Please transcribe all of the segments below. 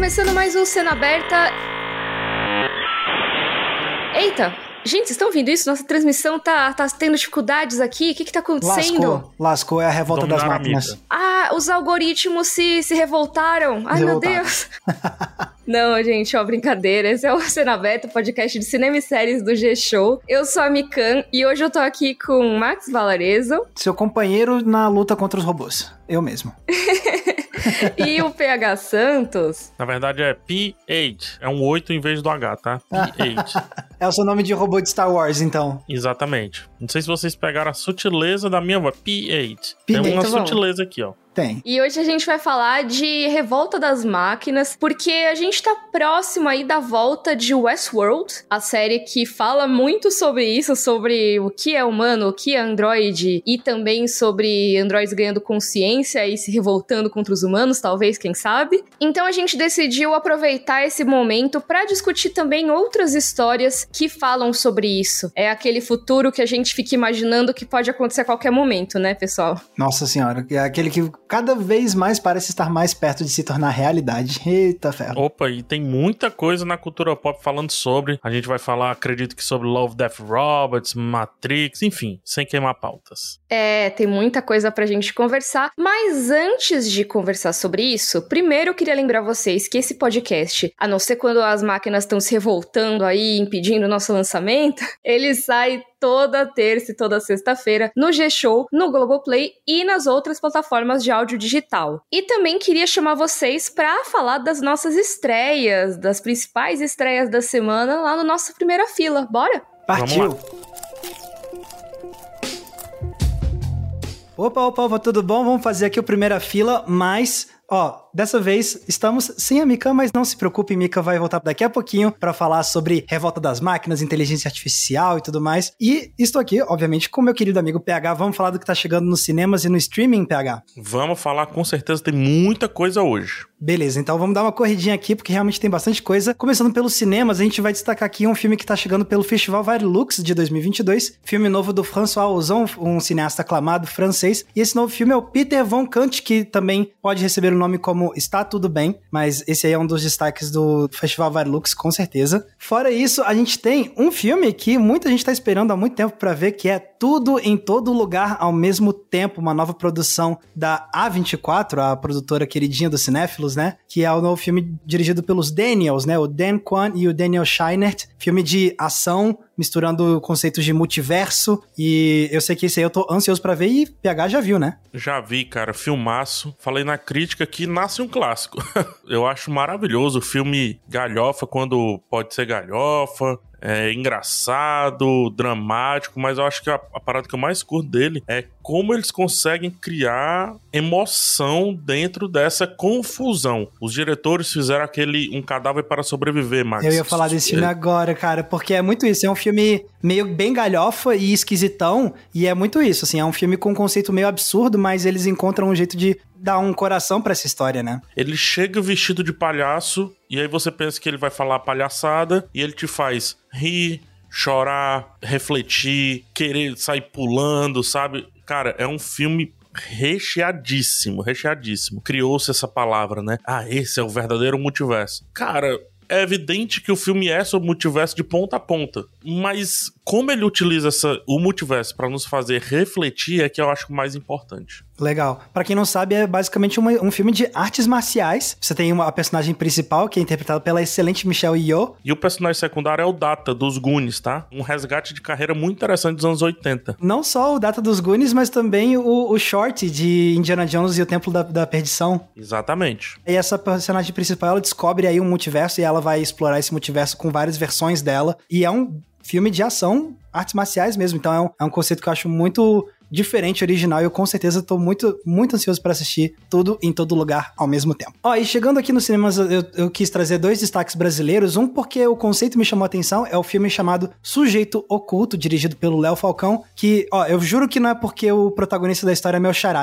começando mais um Cena Aberta. Eita, gente, vocês estão ouvindo isso? Nossa transmissão tá tendo dificuldades aqui. O que tá acontecendo? Lascou, é a revolta das máquinas. Ah, os algoritmos se revoltaram. Ai, meu Deus. Não, gente, ó, brincadeira. Esse é o Cena Aberta, podcast de cinema e séries do G-Show. Eu sou a Mikan e hoje eu tô aqui com o Max Valarezo. Seu companheiro na luta contra os robôs. Eu mesmo. E o PH Santos. Na verdade é P8. É um 8 em vez do H, tá? P8. É o seu nome de robô de Star Wars, então. Exatamente. Não sei se vocês pegaram a sutileza da minha voz. P8. Tem uma sutileza aqui, ó. Tem. E hoje a gente vai falar de Revolta das Máquinas, porque a gente tá próximo aí da volta de Westworld, a série que fala muito sobre isso, sobre o que é humano, o que é androide, e também sobre androides ganhando consciência e se revoltando contra os humanos, talvez, quem sabe. Então a gente decidiu aproveitar esse momento pra discutir também outras histórias que falam sobre isso. É aquele futuro que a gente fica imaginando que pode acontecer a qualquer momento, né, pessoal? Nossa senhora, é aquele que cada vez mais parece estar mais perto de se tornar realidade. Eita ferro. Opa, e tem muita coisa na cultura pop falando sobre. A gente vai falar, acredito que sobre Love, Death Robots, Matrix, enfim, sem queimar pautas. É, tem muita coisa pra gente conversar. Mas antes de conversar sobre isso, primeiro eu queria lembrar vocês que esse podcast, a não ser quando as máquinas estão se revoltando aí, impedindo o nosso lançamento, ele sai toda terça e toda sexta-feira no G-Show, no Globoplay e nas outras plataformas de áudio digital. E também queria chamar vocês para falar das nossas estreias, das principais estreias da semana lá no nossa primeira fila. Bora? Partiu! Opa, tudo bom? Vamos fazer aqui o primeira fila, mas... Ó, dessa vez estamos sem a Mika, mas não se preocupe, Mika vai voltar daqui a pouquinho pra falar sobre Revolta das Máquinas, inteligência artificial e tudo mais. E estou aqui, obviamente, com meu querido amigo PH. Vamos falar do que tá chegando nos cinemas e no streaming, PH? Vamos falar, com certeza tem muita coisa hoje. Beleza, então vamos dar uma corridinha aqui, porque realmente tem bastante coisa. Começando pelos cinemas, a gente vai destacar aqui um filme que tá chegando pelo Festival Varilux de 2022. Filme novo do François Ozon, um cineasta aclamado francês. E esse novo filme é o Peter von Kant, que também pode receber o nome como Está Tudo Bem, mas esse aí é um dos destaques do Festival Varilux, com certeza. Fora isso, a gente tem um filme que muita gente tá esperando há muito tempo pra ver, que é Tudo em Todo Lugar ao Mesmo Tempo, uma nova produção da A24, a produtora queridinha dos cinéfilos, né? Que é o novo filme dirigido pelos Daniels, né? O Dan Kwan e o Daniel Scheinert. Filme de ação, misturando conceitos de multiverso. E eu sei que esse aí eu tô ansioso pra ver e PH já viu, né? Já vi, cara. Filmaço. Falei na crítica que nasce um clássico. Eu acho maravilhoso o filme galhofa quando pode ser galhofa. É engraçado, dramático, mas eu acho que a parada que eu mais curto dele é como eles conseguem criar emoção dentro dessa confusão. Os diretores fizeram um cadáver para sobreviver, Max. Eu ia falar desse filme agora, cara, porque é muito isso. É um filme meio bem galhofa e esquisitão, e é muito isso, assim, é um filme com um conceito meio absurdo, mas eles encontram um jeito de dar um coração pra essa história, né? Ele chega vestido de palhaço, e aí você pensa que ele vai falar palhaçada, e ele te faz rir, chorar, refletir, querer sair pulando, sabe? Cara, é um filme recheadíssimo. Criou-se essa palavra, né? Ah, esse é o verdadeiro multiverso. Cara, é evidente que o filme é sobre multiverso de ponta a ponta, mas como ele utiliza o multiverso pra nos fazer refletir é que eu acho o mais importante. Legal. Pra quem não sabe, é basicamente um filme de artes marciais. Você tem a personagem principal, que é interpretada pela excelente Michelle Yeoh. E o personagem secundário é o Data, dos Goonies, tá? Um resgate de carreira muito interessante dos anos 80. Não só o Data dos Goonies, mas também o Short de Indiana Jones e o Templo da Perdição. Exatamente. E essa personagem principal, ela descobre aí um multiverso e ela vai explorar esse multiverso com várias versões dela. E é um filme de ação, artes marciais mesmo. Então é um conceito que eu acho muito diferente, original, e eu com certeza tô muito, muito ansioso pra assistir Tudo em Todo Lugar ao mesmo tempo. Ó, e chegando aqui nos cinemas, eu quis trazer dois destaques brasileiros. Um, porque o conceito me chamou a atenção, é o filme chamado Sujeito Oculto, dirigido pelo Léo Falcão, que, ó, eu juro que não é porque o protagonista da história é meu xará, não.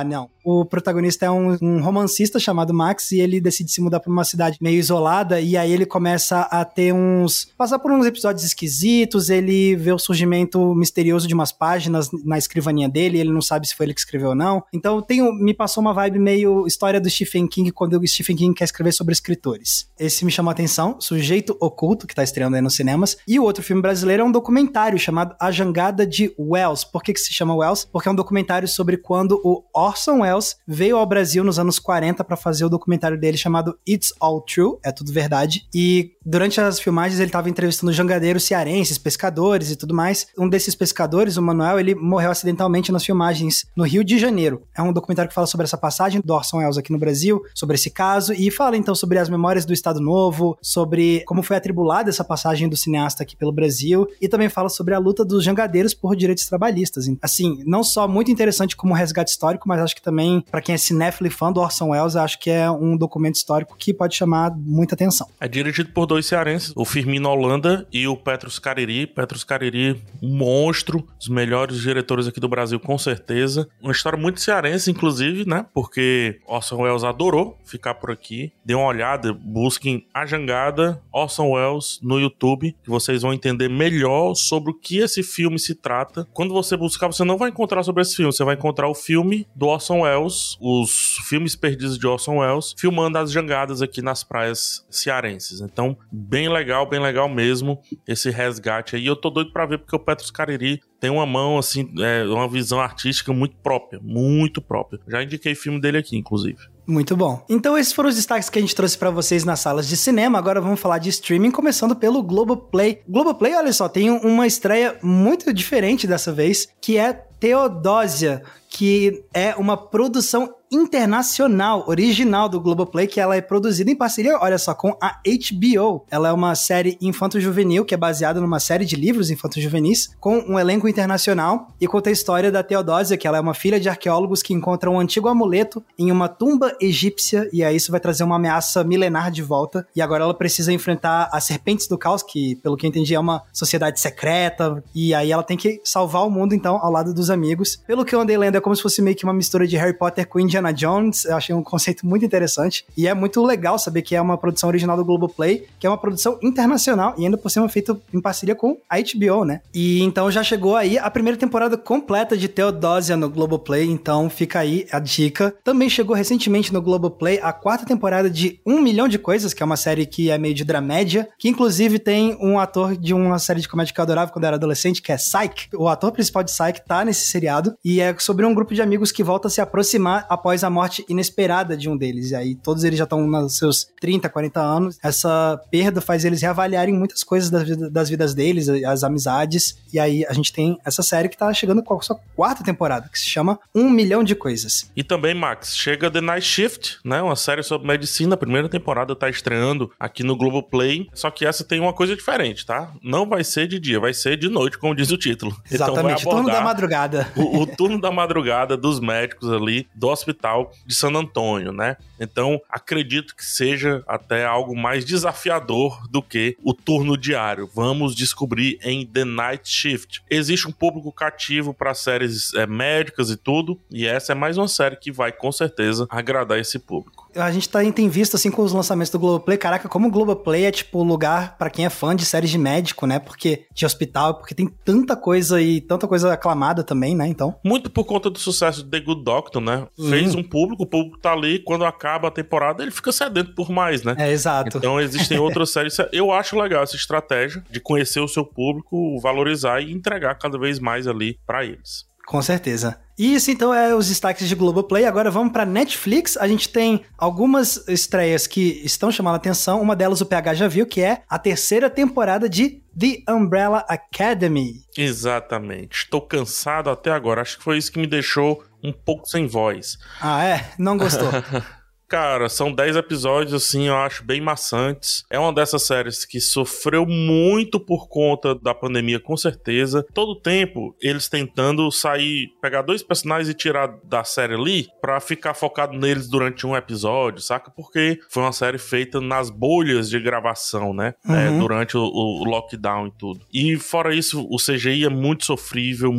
O protagonista é um romancista chamado Max e ele decide se mudar pra uma cidade meio isolada e aí ele começa a ter passar por uns episódios esquisitos, ele vê o surgimento misterioso de umas páginas na escrivaninha dele, ele não sabe se foi ele que escreveu ou não. Então me passou uma vibe meio história do Stephen King, quando o Stephen King quer escrever sobre escritores. Esse me chamou a atenção, Sujeito Oculto, que tá estreando aí nos cinemas. E o outro filme brasileiro é um documentário chamado A Jangada de Wells. Por que se chama Wells? Porque é um documentário sobre quando o Orson Welles veio ao Brasil nos anos 40 para fazer o documentário dele chamado It's All True, é tudo verdade. E durante as filmagens ele tava entrevistando jangadeiros cearenses, pescadores e tudo mais. Um desses pescadores, o Manuel, ele morreu acidentalmente nas filmagens no Rio de Janeiro. É um documentário que fala sobre essa passagem do Orson Welles aqui no Brasil, sobre esse caso, e fala então sobre as memórias do Estado Novo, sobre como foi atribulada essa passagem do cineasta aqui pelo Brasil, e também fala sobre a luta dos jangadeiros por direitos trabalhistas. Assim, não só muito interessante como resgate histórico, mas acho que também, pra quem é cinéfilo e fã do Orson Welles, acho que é um documento histórico que pode chamar muita atenção. É dirigido por dois cearenses, o Firmino Holanda e o Petrus Cariri. Petrus Cariri, um monstro, os melhores diretores aqui do Brasil, com certeza. Uma história muito cearense, inclusive, né? Porque Orson Welles adorou ficar por aqui. Dê uma olhada, busquem A Jangada, Orson Welles no YouTube, que vocês vão entender melhor sobre o que esse filme se trata. Quando você buscar, você não vai encontrar sobre esse filme, você vai encontrar o filme do Orson Welles, os filmes perdidos de Orson Welles, filmando as jangadas aqui nas praias cearenses. Então, bem legal mesmo esse resgate aí. Eu tô doido pra ver, porque o Petrus Cariri tem uma mão, assim, uma visão artística muito própria. Já indiquei filme dele aqui, inclusive. Muito bom. Então esses foram os destaques que a gente trouxe pra vocês nas salas de cinema. Agora vamos falar de streaming, começando pelo Globoplay. Globoplay, olha só, tem uma estreia muito diferente dessa vez, que é Teodósia, que é uma produção internacional, original do Globoplay, que ela é produzida em parceria, olha só, com a HBO. Ela é uma série infanto-juvenil, que é baseada numa série de livros infanto-juvenis, com um elenco internacional, e conta a história da Teodósia, que ela é uma filha de arqueólogos que encontra um antigo amuleto em uma tumba egípcia, e aí isso vai trazer uma ameaça milenar de volta, e agora ela precisa enfrentar as Serpentes do Caos, que, pelo que eu entendi, é uma sociedade secreta, e aí ela tem que salvar o mundo, então, ao lado dos amigos. Pelo que eu andei lendo, é como se fosse meio que uma mistura de Harry Potter com Indiana Jones. Eu achei um conceito muito interessante, e é muito legal saber que é uma produção original do Globoplay, que é uma produção internacional, e ainda por cima feito em parceria com a HBO, né? E então já chegou aí a primeira temporada completa de Teodósia no Globoplay, então fica aí a dica. Também chegou recentemente no Globoplay a 4ª temporada de 1 Milhão de Coisas, que é uma série que é meio de dramédia, que inclusive tem um ator de uma série de comédia que eu adorava quando eu era adolescente, que é Psych. O ator principal de Psych tá nesse seriado, e é sobre um grupo de amigos que volta a se aproximar após a morte inesperada de um deles. E aí todos eles já estão nos seus 30, 40 anos. Essa perda faz eles reavaliarem muitas coisas das vidas deles, as amizades. E aí a gente tem essa série que tá chegando com a sua 4ª temporada, que se chama 1 Milhão de Coisas. E também, Max, chega The Night Shift, né? Uma série sobre medicina. A primeira temporada tá estreando aqui no Globoplay. Só que essa tem uma coisa diferente, tá? Não vai ser de dia, vai ser de noite, como diz o título. Exatamente, então turno da madrugada. O turno da madrugada dos médicos ali do hospital de San Antônio, né? Então, acredito que seja até algo mais desafiador do que o turno diário. Vamos descobrir em The Night Shift. Existe um público cativo para séries médicas e tudo, e essa é mais uma série que vai, com certeza, agradar esse público. A gente tem visto, assim, com os lançamentos do Globoplay, caraca, como o Globoplay é, tipo, o lugar pra quem é fã de séries de médico, né? Porque de hospital, porque tem tanta coisa e tanta coisa aclamada também, né? Então... Muito por conta do sucesso de The Good Doctor, né? Fez um público, o público tá ali, quando acaba a temporada, ele fica sedento por mais, né? É, exato. Então existem outras séries. Eu acho legal essa estratégia de conhecer o seu público, valorizar e entregar cada vez mais ali pra eles. Com certeza. Isso, então, é os destaques de Globoplay. Agora vamos pra Netflix. A gente tem algumas estreias que estão chamando a atenção. Uma delas o PH já viu, que é a 3ª temporada de The Umbrella Academy. Exatamente. Estou cansado até agora. Acho que foi isso que me deixou um pouco sem voz. Ah, é? Não gostou? Cara, são 10 episódios, assim, eu acho bem maçantes. É uma dessas séries que sofreu muito por conta da pandemia, com certeza. Todo tempo, eles tentando pegar 2 personagens e tirar da série ali, pra ficar focado neles durante um episódio, saca? Porque foi uma série feita nas bolhas de gravação, né? Durante o lockdown e tudo. E fora isso, o CGI é muito sofrível,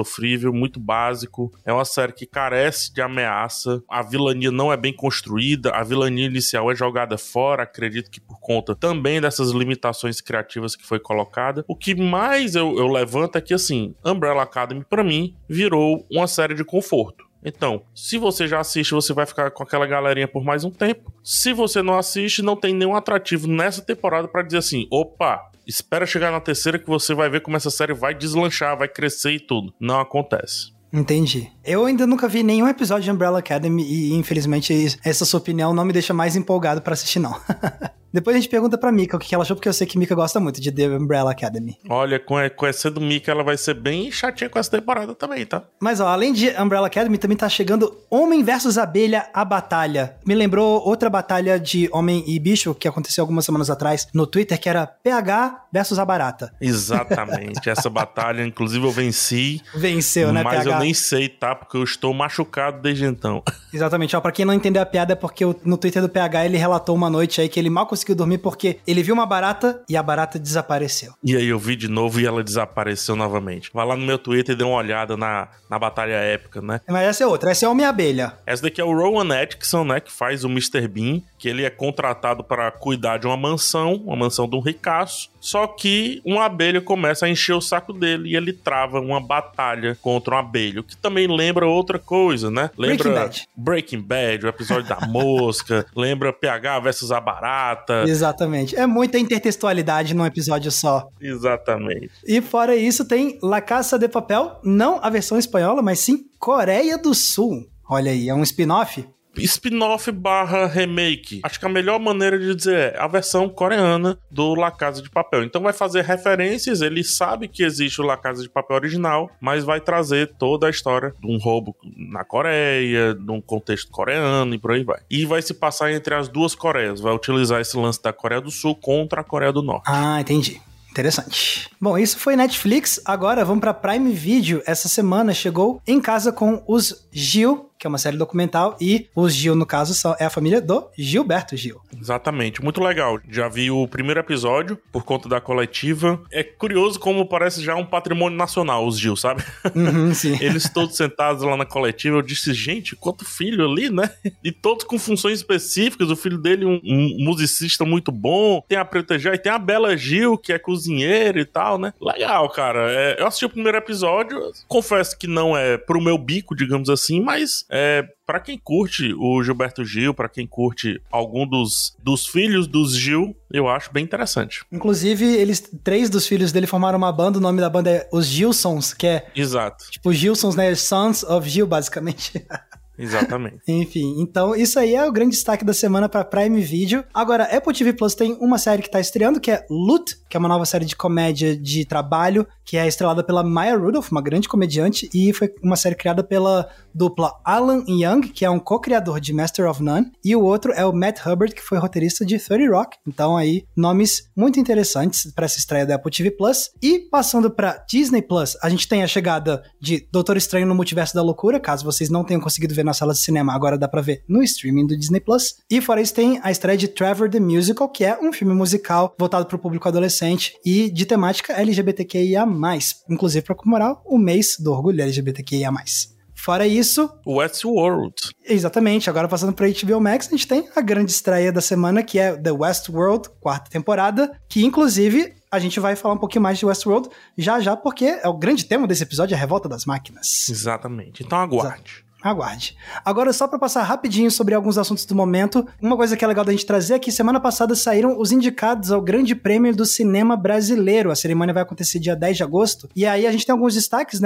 muito básico. É uma série que carece de ameaça. A vilania não é bem construída. A vilania inicial é jogada fora, acredito que por conta também dessas limitações criativas que foi colocada. O que mais eu levanto é que, assim, Umbrella Academy, pra mim, virou uma série de conforto. Então, se você já assiste, você vai ficar com aquela galerinha por mais um tempo. Se você não assiste, não tem nenhum atrativo nessa temporada pra dizer assim, opa, espera chegar na terceira que você vai ver como essa série vai deslanchar, vai crescer e tudo. Não acontece. Entendi. Eu ainda nunca vi nenhum episódio de Umbrella Academy e, infelizmente, essa sua opinião não me deixa mais empolgado pra assistir, não. Depois a gente pergunta pra Mika o que ela achou, porque eu sei que Mika gosta muito de The Umbrella Academy. Olha, conhecendo Mika, ela vai ser bem chatinha com essa temporada também, tá? Mas, ó, além de Umbrella Academy, também tá chegando Homem vs Abelha, a Batalha. Me lembrou outra batalha de Homem e Bicho, que aconteceu algumas semanas atrás no Twitter, que era PH versus a Barata. Exatamente. Essa batalha, inclusive, eu venci. Venceu, né, mas PH? Eu nem sei, tá? Porque eu estou machucado desde então. Exatamente. Ó, pra quem não entendeu a piada, é porque no Twitter do PH ele relatou uma noite aí que ele mal conseguiu dormir porque ele viu uma barata e a barata desapareceu. E aí eu vi de novo e ela desapareceu novamente. Vai lá no meu Twitter e dê uma olhada na batalha épica, né? Mas essa é outra. Essa é Homem-Abelha. Essa daqui é o Rowan Atkinson, né? Que faz o Mr. Bean, que ele é contratado para cuidar de uma mansão de um ricaço. Só que uma abelha começa a encher o saco dele e ele trava uma batalha contra uma abelha, o que também lembra outra coisa, né? Lembra Breaking Bad, o episódio da mosca, lembra PH versus a barata. Exatamente. É muita intertextualidade num episódio só. Exatamente. E fora isso tem La Casa de Papel, não a versão espanhola, mas sim Coreia do Sul. Olha aí, é um spin-off. Spin-off / remake. Acho que a melhor maneira de dizer é a versão coreana do La Casa de Papel. Então vai fazer referências, ele sabe que existe o La Casa de Papel original, mas vai trazer toda a história de um roubo na Coreia, num contexto coreano e por aí vai. E vai se passar entre as duas Coreias, vai utilizar esse lance da Coreia do Sul contra a Coreia do Norte. Ah, entendi. Interessante. Bom, isso foi Netflix. Agora vamos para Prime Video. Essa semana chegou Em Casa com os Gil, que é uma série documental, e os Gil, no caso, é a família do Gilberto Gil. Exatamente, muito legal. Já vi o primeiro episódio, por conta da coletiva. É curioso como parece já um patrimônio nacional, os Gil, sabe? Sim. Eles todos sentados lá na coletiva, eu disse, gente, quanto filho ali, né? E todos com funções específicas, o filho dele um musicista muito bom, tem a Preta Gil e tem a Bela Gil, que é cozinheira e tal, né? Legal, cara. Eu assisti o primeiro episódio, confesso que não é pro meu bico, digamos assim, mas pra quem curte o Gilberto Gil, pra quem curte algum dos filhos dos Gil, eu acho bem interessante. Inclusive, 3 dos filhos dele formaram uma banda, o nome da banda é os Gilsons, que é... Exato. Tipo, Gilsons, né? Sons of Gil, basicamente. Exatamente. Enfim, então isso aí é o grande destaque da semana para Prime Video. Agora, Apple TV Plus tem uma série que tá estreando, que é Loot, que é uma nova série de comédia de trabalho, que é estrelada pela Maya Rudolph, uma grande comediante, e foi uma série criada pela dupla Alan Young, que é um co-criador de Master of None, e o outro é o Matt Hubbard, que foi roteirista de 30 Rock. Então aí, nomes muito interessantes para essa estreia da Apple TV Plus. E passando para Disney Plus, a gente tem a chegada de Doutor Estranho no Multiverso da Loucura, caso vocês não tenham conseguido ver na sala de cinema, agora dá pra ver no streaming do Disney Plus. E fora isso tem a estreia de Trevor the Musical, que é um filme musical voltado pro público adolescente e de temática LGBTQIA+, inclusive para comemorar o mês do orgulho LGBTQIA+. Fora isso... Westworld. Exatamente. Agora passando para HBO Max, a gente tem a grande estreia da semana, que é The Westworld, 4ª temporada, que inclusive a gente vai falar um pouquinho mais de Westworld já, porque é o grande tema desse episódio, a revolta das máquinas. Exatamente. Então aguarde. Aguarde. Agora, só para passar rapidinho sobre alguns assuntos do momento, uma coisa que é legal da gente trazer é que semana passada saíram os indicados ao Grande Prêmio do Cinema Brasileiro. A cerimônia vai acontecer dia 10 de agosto. E aí a gente tem alguns destaques, né?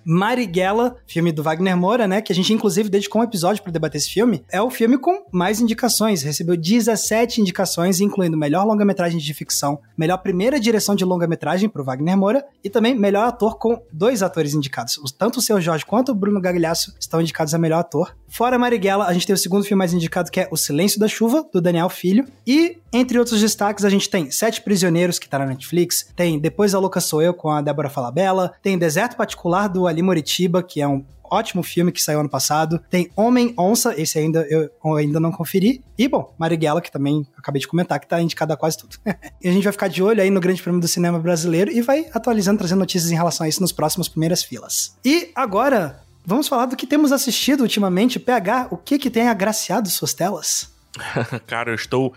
Marighella, filme do Wagner Moura, né? Que a gente, inclusive, dedicou um episódio para debater esse filme. É o filme com mais indicações. Recebeu 17 indicações, incluindo melhor longa-metragem de ficção, melhor primeira direção de longa-metragem pro Wagner Moura e também melhor ator com 2 atores indicados. Tanto o Seu Jorge quanto o Bruno Gagliasso estão indicados a melhor ator. Fora Marighella, a gente tem o segundo filme mais indicado, que é O Silêncio da Chuva, do Daniel Filho. E, entre outros destaques, a gente tem Sete Prisioneiros, que tá na Netflix. Tem Depois a Louca Sou Eu, com a Débora Falabella. Tem Deserto Particular, do Ali Moritiba, que é um ótimo filme que saiu ano passado. Tem Homem-Onça, esse eu ainda não conferi. E, bom, Marighella, que também acabei de comentar, que tá indicado a quase tudo. E a gente vai ficar de olho aí no Grande Prêmio do Cinema Brasileiro e vai atualizando, trazendo notícias em relação a isso nos próximos primeiras filas. E agora, vamos falar do que temos assistido ultimamente. PH, o que tem agraciado suas telas? Cara, eu estou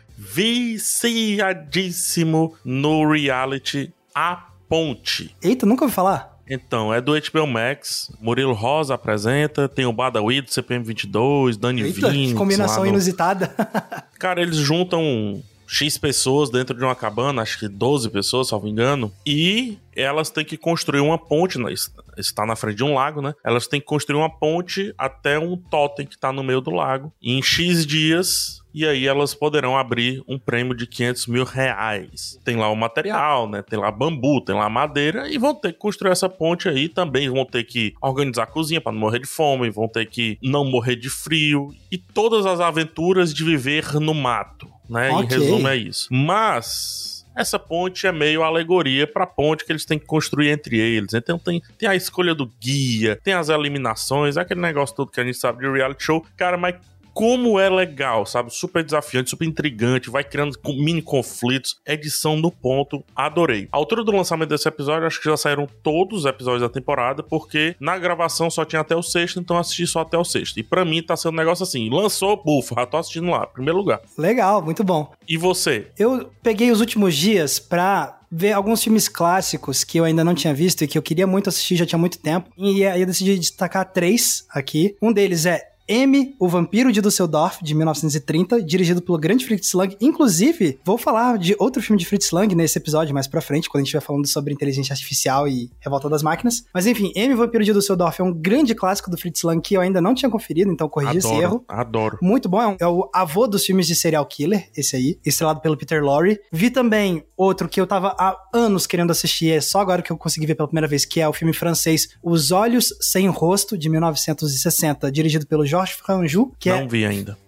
viciadíssimo no reality A Ponte. Eita, nunca ouvi falar. Então, é do HBO Max, Murilo Rosa apresenta, tem o Badawi do CPM 22, Dani Eita, Vinicius. Que combinação inusitada. Cara, eles juntam X pessoas dentro de uma cabana, acho que 12 pessoas, salvo engano, e elas têm que construir uma ponte, está na frente de um lago, né? Elas têm que construir uma ponte até um totem que está no meio do lago, em X dias, e aí elas poderão abrir um prêmio de R$500 mil. Tem lá o material, né? Tem lá bambu, tem lá madeira, e vão ter que construir essa ponte aí também, vão ter que organizar a cozinha para não morrer de fome, vão ter que não morrer de frio, e todas as aventuras de viver no mato, né? Okay. Em resumo é isso. Mas essa ponte é meio alegoria pra ponte que eles têm que construir entre eles. Então tem a escolha do guia, tem as eliminações, aquele negócio todo que a gente sabe de reality show. Cara, mas como é legal, sabe? Super desafiante, super intrigante, vai criando mini conflitos. Edição no ponto, adorei. A altura do lançamento desse episódio, acho que já saíram todos os episódios da temporada, porque na gravação só tinha até o sexto, então eu assisti só até o sexto. E pra mim tá sendo um negócio assim, lançou, bufa, já tô assistindo lá, primeiro lugar. Legal, muito bom. E você? Eu peguei os últimos dias pra ver alguns filmes clássicos que eu ainda não tinha visto e que eu queria muito assistir, já tinha muito tempo. E aí eu decidi destacar 3 aqui. Um deles é M, O Vampiro de Düsseldorf, de 1930, dirigido pelo grande Fritz Lang. Inclusive, vou falar de outro filme de Fritz Lang nesse episódio mais pra frente, quando a gente estiver falando sobre inteligência artificial e Revolta das Máquinas. Mas enfim, M, O Vampiro de Düsseldorf é um grande clássico do Fritz Lang que eu ainda não tinha conferido, então corrigi esse erro. Adoro. Muito bom, é o avô dos filmes de serial killer, esse aí, estrelado pelo Peter Lorre. Vi também outro que eu tava há anos querendo assistir, é só agora que eu consegui ver pela primeira vez, que é o filme francês Os Olhos Sem Rosto, de 1960, dirigido pelo Georges Franju, que não vi ainda.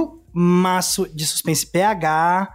Filmaço de suspense. PH,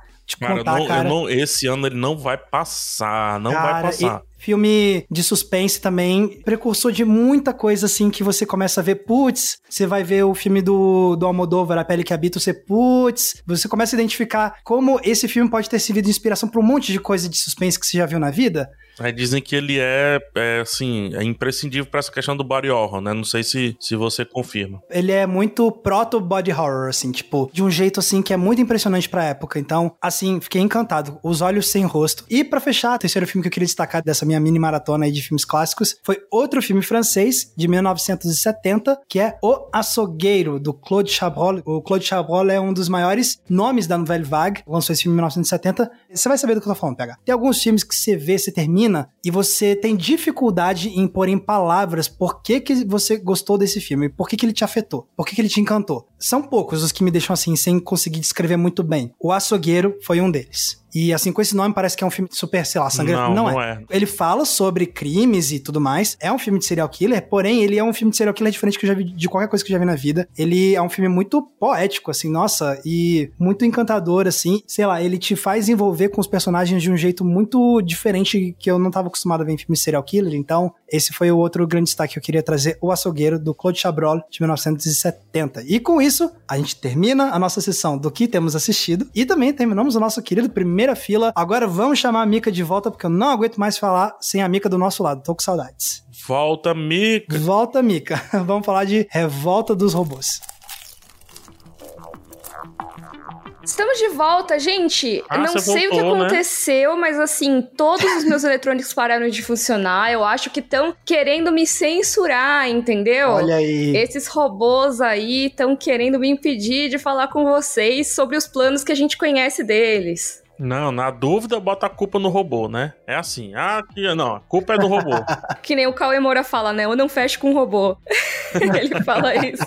esse ano ele não vai passar, vai passar. Filme de suspense também, precursor de muita coisa assim que você começa a ver, você vai ver o filme do Almodóvar, A Pele que Habita, você começa a identificar como esse filme pode ter servido de inspiração para um monte de coisa de suspense que você já viu na vida. Aí dizem que ele é imprescindível pra essa questão do body horror, né? Não sei se você confirma. Ele é muito proto-body horror, assim, tipo, de um jeito, assim, que é muito impressionante pra época. Então, assim, fiquei encantado. Os Olhos Sem Rosto. E pra fechar, o terceiro filme que eu queria destacar dessa minha mini maratona aí de filmes clássicos foi outro filme francês, de 1970, que é O Açougueiro, do Claude Chabrol. O Claude Chabrol é um dos maiores nomes da Nouvelle Vague. Lançou esse filme em 1970. Você vai saber do que eu tô falando, PH. Tem alguns filmes que você vê, você termina e você tem dificuldade em pôr em palavras por que você gostou desse filme, por que ele te afetou, por que ele te encantou. São poucos os que me deixam assim, sem conseguir descrever muito bem. O Açougueiro foi um deles. E assim, com esse nome parece que é um filme super, sei lá, sangrento. Não é. Ele fala sobre crimes e tudo mais. É um filme de serial killer, porém, ele é um filme de serial killer diferente que eu já vi de qualquer coisa que eu já vi na vida. Ele é um filme muito poético, assim, nossa, e muito encantador, assim. Sei lá, ele te faz envolver com os personagens de um jeito muito diferente que eu não tava acostumado a ver em filmes de serial killer. Então, esse foi o outro grande destaque que eu queria trazer, O Açougueiro, do Claude Chabrol, de 1970. E com isso, a gente termina a nossa sessão do que temos assistido e também terminamos o nosso querido primeira fila. Agora vamos chamar a Mika de volta, porque eu não aguento mais falar sem a Mika do nosso lado. Tô com saudades. Volta, Mika! Volta, Mika. Vamos falar de Revolta dos Robôs. Estamos de volta, gente. Não sei o que aconteceu, né? Mas assim, todos os meus eletrônicos pararam de funcionar. Eu acho que estão querendo me censurar, entendeu? Olha aí. Esses robôs aí estão querendo me impedir de falar com vocês sobre os planos que a gente conhece deles. Não, na dúvida, bota a culpa no robô, né? É assim, não, a culpa é do robô. Que nem o Cauê Moura fala, né? Eu não fecho com robô. Ele fala isso.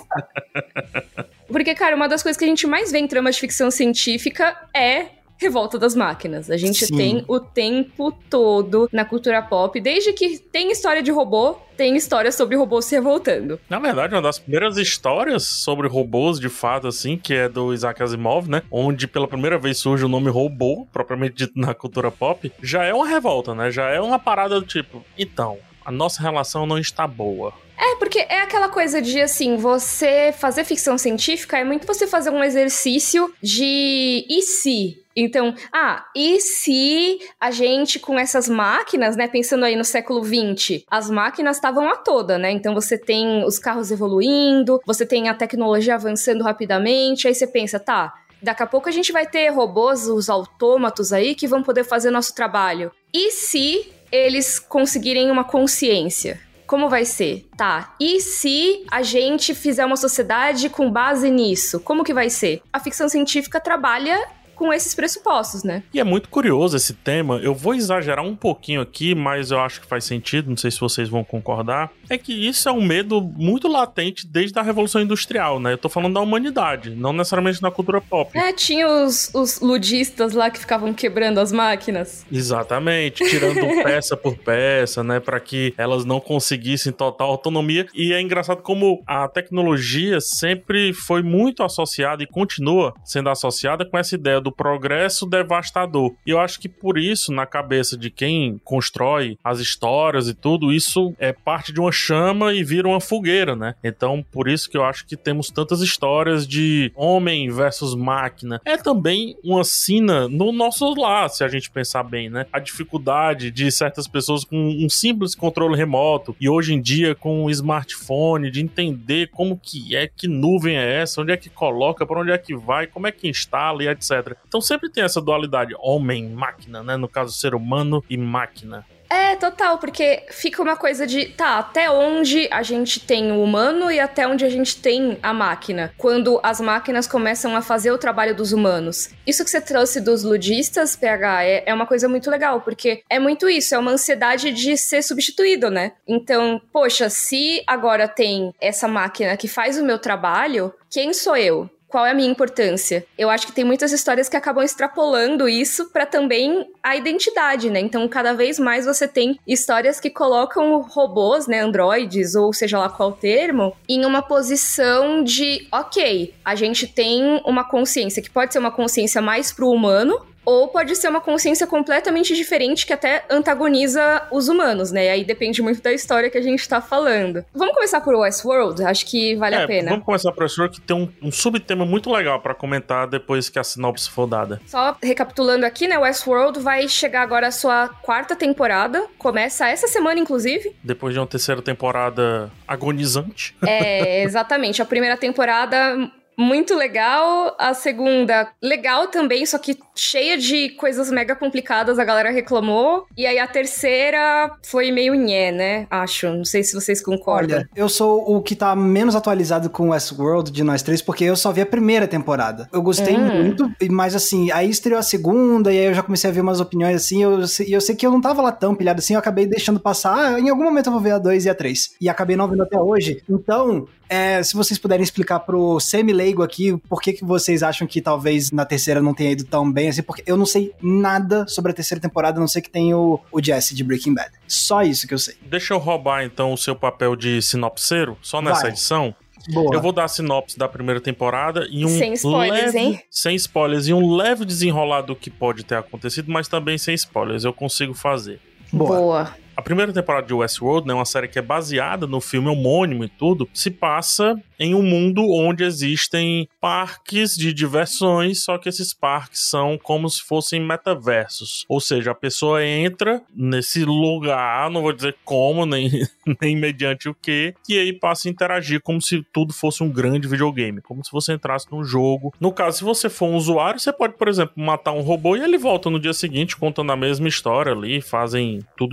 Porque, cara, uma das coisas que a gente mais vê em tramas de ficção científica é revolta das máquinas. A gente tem o tempo todo na cultura pop, desde que tem história de robô, tem história sobre robôs se revoltando. Na verdade, uma das primeiras histórias sobre robôs, de fato, assim, que é do Isaac Asimov, né? Onde pela primeira vez surge o nome robô, propriamente dito na cultura pop, já é uma revolta, né? Já é uma parada do tipo, então, a nossa relação não está boa. É, porque é aquela coisa de, assim, você fazer ficção científica é muito você fazer um exercício de e se? Então, e se a gente com essas máquinas, né, pensando aí no século XX, as máquinas estavam a toda, né? Então você tem os carros evoluindo, você tem a tecnologia avançando rapidamente, aí você pensa, daqui a pouco a gente vai ter robôs, os autômatos aí, que vão poder fazer nosso trabalho. E se eles conseguirem uma consciência? Como vai ser? E se a gente fizer uma sociedade com base nisso? Como que vai ser? A ficção científica trabalha com esses pressupostos, né? E é muito curioso esse tema. Eu vou exagerar um pouquinho aqui, mas eu acho que faz sentido, não sei se vocês vão concordar. É que isso é um medo muito latente desde a Revolução Industrial, né? Eu tô falando da humanidade, não necessariamente na cultura pop. Tinha os ludistas lá que ficavam quebrando as máquinas. Exatamente, tirando peça por peça, né? Pra que elas não conseguissem total autonomia. E é engraçado como a tecnologia sempre foi muito associada e continua sendo associada com essa ideia do progresso devastador. E eu acho que por isso, na cabeça de quem constrói as histórias e tudo, isso é parte de uma chama e vira uma fogueira, né? Então, por isso que eu acho que temos tantas histórias de homem versus máquina. É também uma sina no nosso lar, se a gente pensar bem, né? A dificuldade de certas pessoas com um simples controle remoto e hoje em dia com um smartphone, de entender como que é, que nuvem é essa, onde é que coloca, para onde é que vai, como é que instala e etc. Então sempre tem essa dualidade homem-máquina, né? No caso, ser humano e máquina. É, total, porque fica uma coisa de, até onde a gente tem o humano e até onde a gente tem a máquina, quando as máquinas começam a fazer o trabalho dos humanos. Isso que você trouxe dos ludistas, PH, é uma coisa muito legal, porque é muito isso, é uma ansiedade de ser substituído, né? Então, poxa, se agora tem essa máquina que faz o meu trabalho, quem sou eu? Qual é a minha importância? Eu acho que tem muitas histórias que acabam extrapolando isso para também a identidade, né? Então, cada vez mais você tem histórias que colocam robôs, né, androides, ou seja lá qual termo, em uma posição de, ok, a gente tem uma consciência, que pode ser uma consciência mais pro humano, ou pode ser uma consciência completamente diferente que até antagoniza os humanos, né? E aí depende muito da história que a gente tá falando. Vamos começar por Westworld? Acho que vale a pena. Vamos começar por Westworld, que tem um subtema muito legal pra comentar depois que a sinopse for dada. Só recapitulando aqui, né? Westworld vai chegar agora a sua 4ª temporada. Começa essa semana, inclusive. Depois de uma 3ª temporada agonizante. É, exatamente. A primeira temporada... muito legal, a segunda legal também, só que cheia de coisas mega complicadas, a galera reclamou, e aí a terceira foi meio nhé, né, acho, não sei se vocês concordam. Olha, eu sou o que tá menos atualizado com Westworld de nós três, porque eu só vi a primeira temporada. Eu gostei muito, mas assim, aí estreou a segunda, e aí eu já comecei a ver umas opiniões assim, eu sei que eu não tava lá tão pilhado assim, eu acabei deixando passar, em algum momento eu vou ver a 2 e a 3, e acabei não vendo até hoje, então... se vocês puderem explicar pro semi-leigo aqui por que vocês acham que talvez na terceira não tenha ido tão bem, assim, porque eu não sei nada sobre a terceira temporada, a não ser que tem o Jesse de Breaking Bad. Só isso que eu sei. Deixa eu roubar então o seu papel de sinopseiro, só nessa edição. Boa. Eu vou dar a sinopse da primeira temporada e sem spoilers, hein? Sem spoilers, e um leve desenrolar do que pode ter acontecido, mas também sem spoilers, eu consigo fazer. Boa. A primeira temporada de Westworld, né, uma série que é baseada no filme homônimo e tudo, se passa em um mundo onde existem parques de diversões, só que esses parques são como se fossem metaversos. Ou seja, a pessoa entra nesse lugar, não vou dizer como, nem mediante o que, e aí passa a interagir como se tudo fosse um grande videogame, como se você entrasse num jogo. No caso, se você for um usuário, você pode, por exemplo, matar um robô e ele volta no dia seguinte contando a mesma história ali, fazem tudo de volta.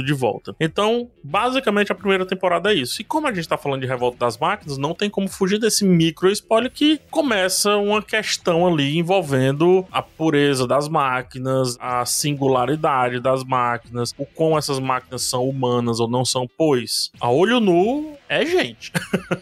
volta. Então, basicamente, a primeira temporada é isso. E como a gente tá falando de Revolta das Máquinas, não tem como fugir desse micro spoiler que começa uma questão ali envolvendo a pureza das máquinas, a singularidade das máquinas, o quão essas máquinas são humanas ou não são, pois a olho nu é gente.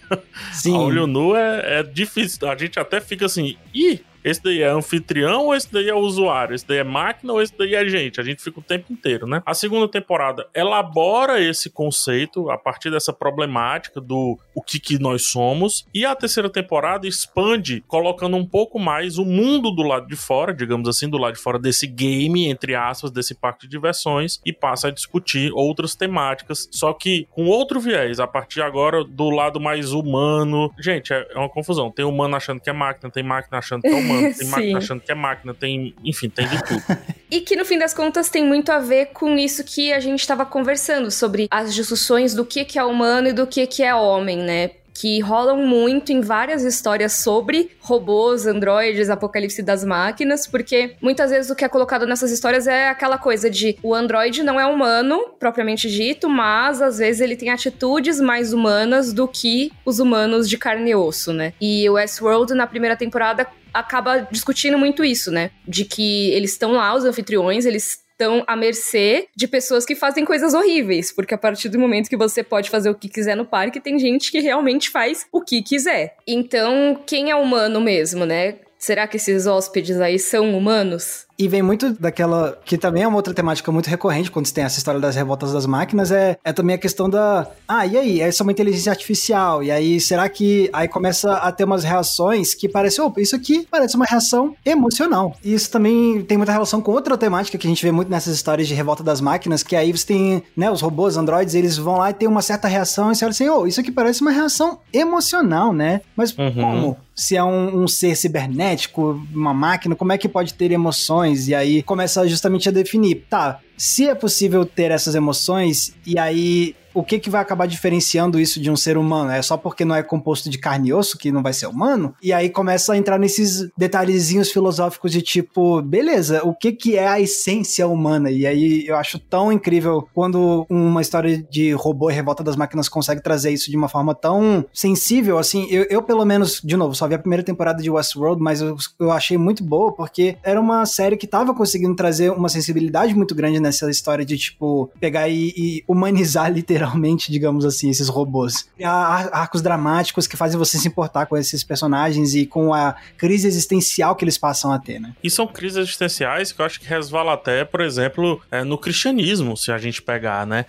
Sim. A olho nu é difícil. A gente até fica assim, esse daí é anfitrião ou esse daí é usuário? Esse daí é máquina ou esse daí é gente? A gente fica o tempo inteiro, né? A segunda temporada elabora esse conceito a partir dessa problemática do o que nós somos. E a terceira temporada expande, colocando um pouco mais o mundo do lado de fora, digamos assim, do lado de fora desse game, entre aspas, desse parque de diversões, e passa a discutir outras temáticas, só que com outro viés, a partir agora do lado mais humano. Gente, é uma confusão. Tem humano achando que é máquina, tem máquina achando que é humano. Tem máquina achando que é máquina, enfim, tem de tudo. E que no fim das contas tem muito a ver com isso que a gente estava conversando, sobre as discussões do que é humano e do que é homem, né? Que rolam muito em várias histórias sobre robôs, androides, apocalipse das máquinas, porque muitas vezes o que é colocado nessas histórias é aquela coisa de o androide não é humano, propriamente dito, mas às vezes ele tem atitudes mais humanas do que os humanos de carne e osso, né? E o Westworld, na primeira temporada, acaba discutindo muito isso, né? De que eles estão lá, os anfitriões, eles estão à mercê de pessoas que fazem coisas horríveis, porque a partir do momento que você pode fazer o que quiser no parque, tem gente que realmente faz o que quiser. Então, quem é humano mesmo, né? Será que esses hóspedes aí são humanos? E vem muito daquela, que também é uma outra temática muito recorrente quando você tem essa história das revoltas das máquinas, é também a questão da, e aí? Essa é uma inteligência artificial, e aí será que aí começa a ter umas reações que parecem, isso aqui parece uma reação emocional. E isso também tem muita relação com outra temática que a gente vê muito nessas histórias de revolta das máquinas, que aí você tem, né, os robôs, androides, eles vão lá e tem uma certa reação, e você olha assim, isso aqui parece uma reação emocional, né? Mas como? Se é um ser cibernético, uma máquina, como é que pode ter emoções? E aí começa justamente a definir, se é possível ter essas emoções, e aí o que vai acabar diferenciando isso de um ser humano? É só porque não é composto de carne e osso que não vai ser humano? E aí começa a entrar nesses detalhezinhos filosóficos de tipo, beleza, o que é a essência humana? E aí eu acho tão incrível quando uma história de robô e revolta das máquinas consegue trazer isso de uma forma tão sensível, assim. Eu pelo menos, de novo, só vi a primeira temporada de Westworld, mas eu achei muito boa, porque era uma série que tava conseguindo trazer uma sensibilidade muito grande nessa história de, tipo, pegar e humanizar literalmente, digamos assim, esses robôs. Há arcos dramáticos que fazem você se importar com esses personagens e com a crise existencial que eles passam a ter, né? E são crises existenciais que eu acho que resvala até, por exemplo, no cristianismo, se a gente pegar, né?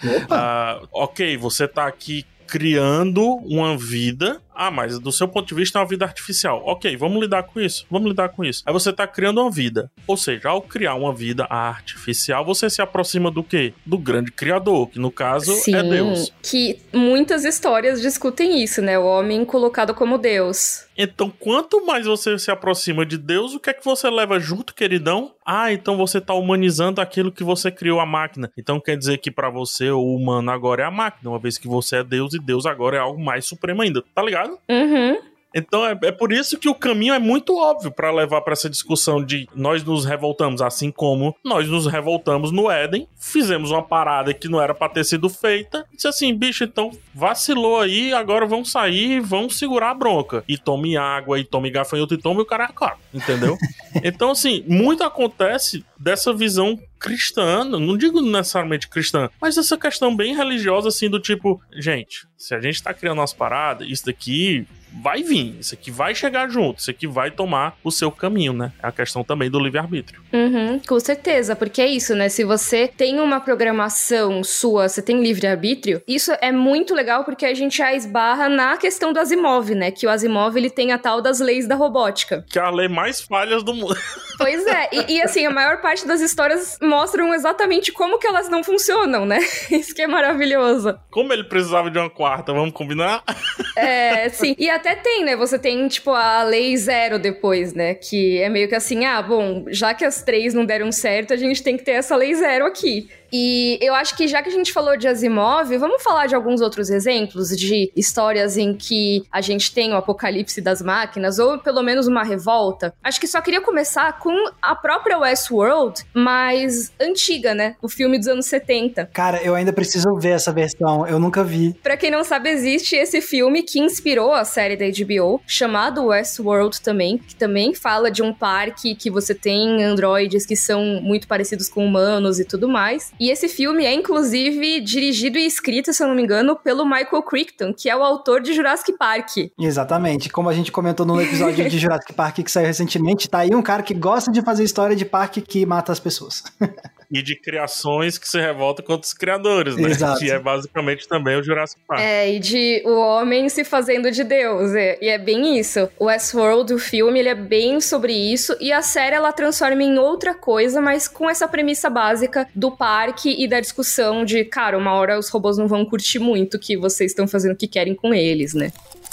Ok, você tá aqui criando uma vida... mas do seu ponto de vista é uma vida artificial. Ok, vamos lidar com isso. Aí você tá criando uma vida. Ou seja, ao criar uma vida artificial, você se aproxima do quê? Do grande criador, que no caso é Deus. Que muitas histórias discutem isso, né? O homem colocado como Deus. Então, quanto mais você se aproxima de Deus, o que é que você leva junto, queridão? Então você tá humanizando aquilo que você criou, a máquina. Então quer dizer que pra você o humano agora é a máquina, uma vez que você é Deus e Deus agora é algo mais supremo ainda. Tá ligado? Uhum. Então é por isso que o caminho é muito óbvio pra levar pra essa discussão de nós nos revoltamos, assim como nós nos revoltamos no Éden, fizemos uma parada que não era pra ter sido feita, e disse assim, bicho, então vacilou aí, agora vamos sair e vamos segurar a bronca. E tome água, e tome gafanhoto, e tome o cara, entendeu? Então assim, muito acontece dessa visão cristã, não digo necessariamente cristã, mas essa questão bem religiosa, assim, do tipo, gente, se a gente tá criando umas paradas, isso daqui vai vir, isso aqui vai chegar junto, isso aqui vai tomar o seu caminho, né? É a questão também do livre-arbítrio. Com certeza, porque é isso, né? Se você tem uma programação sua, você tem livre-arbítrio, isso é muito legal porque a gente já esbarra na questão do Asimov, né? Que o Asimov, ele tem a tal das leis da robótica. Que é a lei mais falhas do mundo. Pois é, e assim, a maior parte das histórias mostram exatamente como que elas não funcionam, né? Isso que é maravilhoso. Como ele precisava de uma quarta, vamos combinar? Sim. E até tem, né? Você tem, tipo, a lei 0 depois, né? Que é meio que assim, bom, já que as 3 não deram certo, a gente tem que ter essa lei 0 aqui. E eu acho que já que a gente falou de Asimov, vamos falar de alguns outros exemplos de histórias em que a gente tem o apocalipse das máquinas, ou pelo menos uma revolta. Acho que só queria começar com a própria Westworld, mas antiga, né? O filme dos anos 70. Cara, eu ainda preciso ver essa versão, eu nunca vi. Pra quem não sabe, existe esse filme que inspirou a série da HBO, chamado Westworld também, que também fala de um parque que você tem androides que são muito parecidos com humanos e tudo mais. E esse filme é, inclusive, dirigido e escrito, se eu não me engano, pelo Michael Crichton, que é o autor de Jurassic Park. Exatamente. Como a gente comentou no episódio de Jurassic Park que saiu recentemente, tá aí um cara que gosta de fazer história de parque que mata as pessoas. E de criações que se revoltam contra os criadores, né? Exato. Que é basicamente também o Jurassic Park. É, e de o homem se fazendo de Deus. E é bem isso. O Westworld, o filme, ele é bem sobre isso. E a série, ela transforma em outra coisa, mas com essa premissa básica do parque e da discussão de, cara, uma hora os robôs não vão curtir muito que vocês estão fazendo o que querem com eles, né?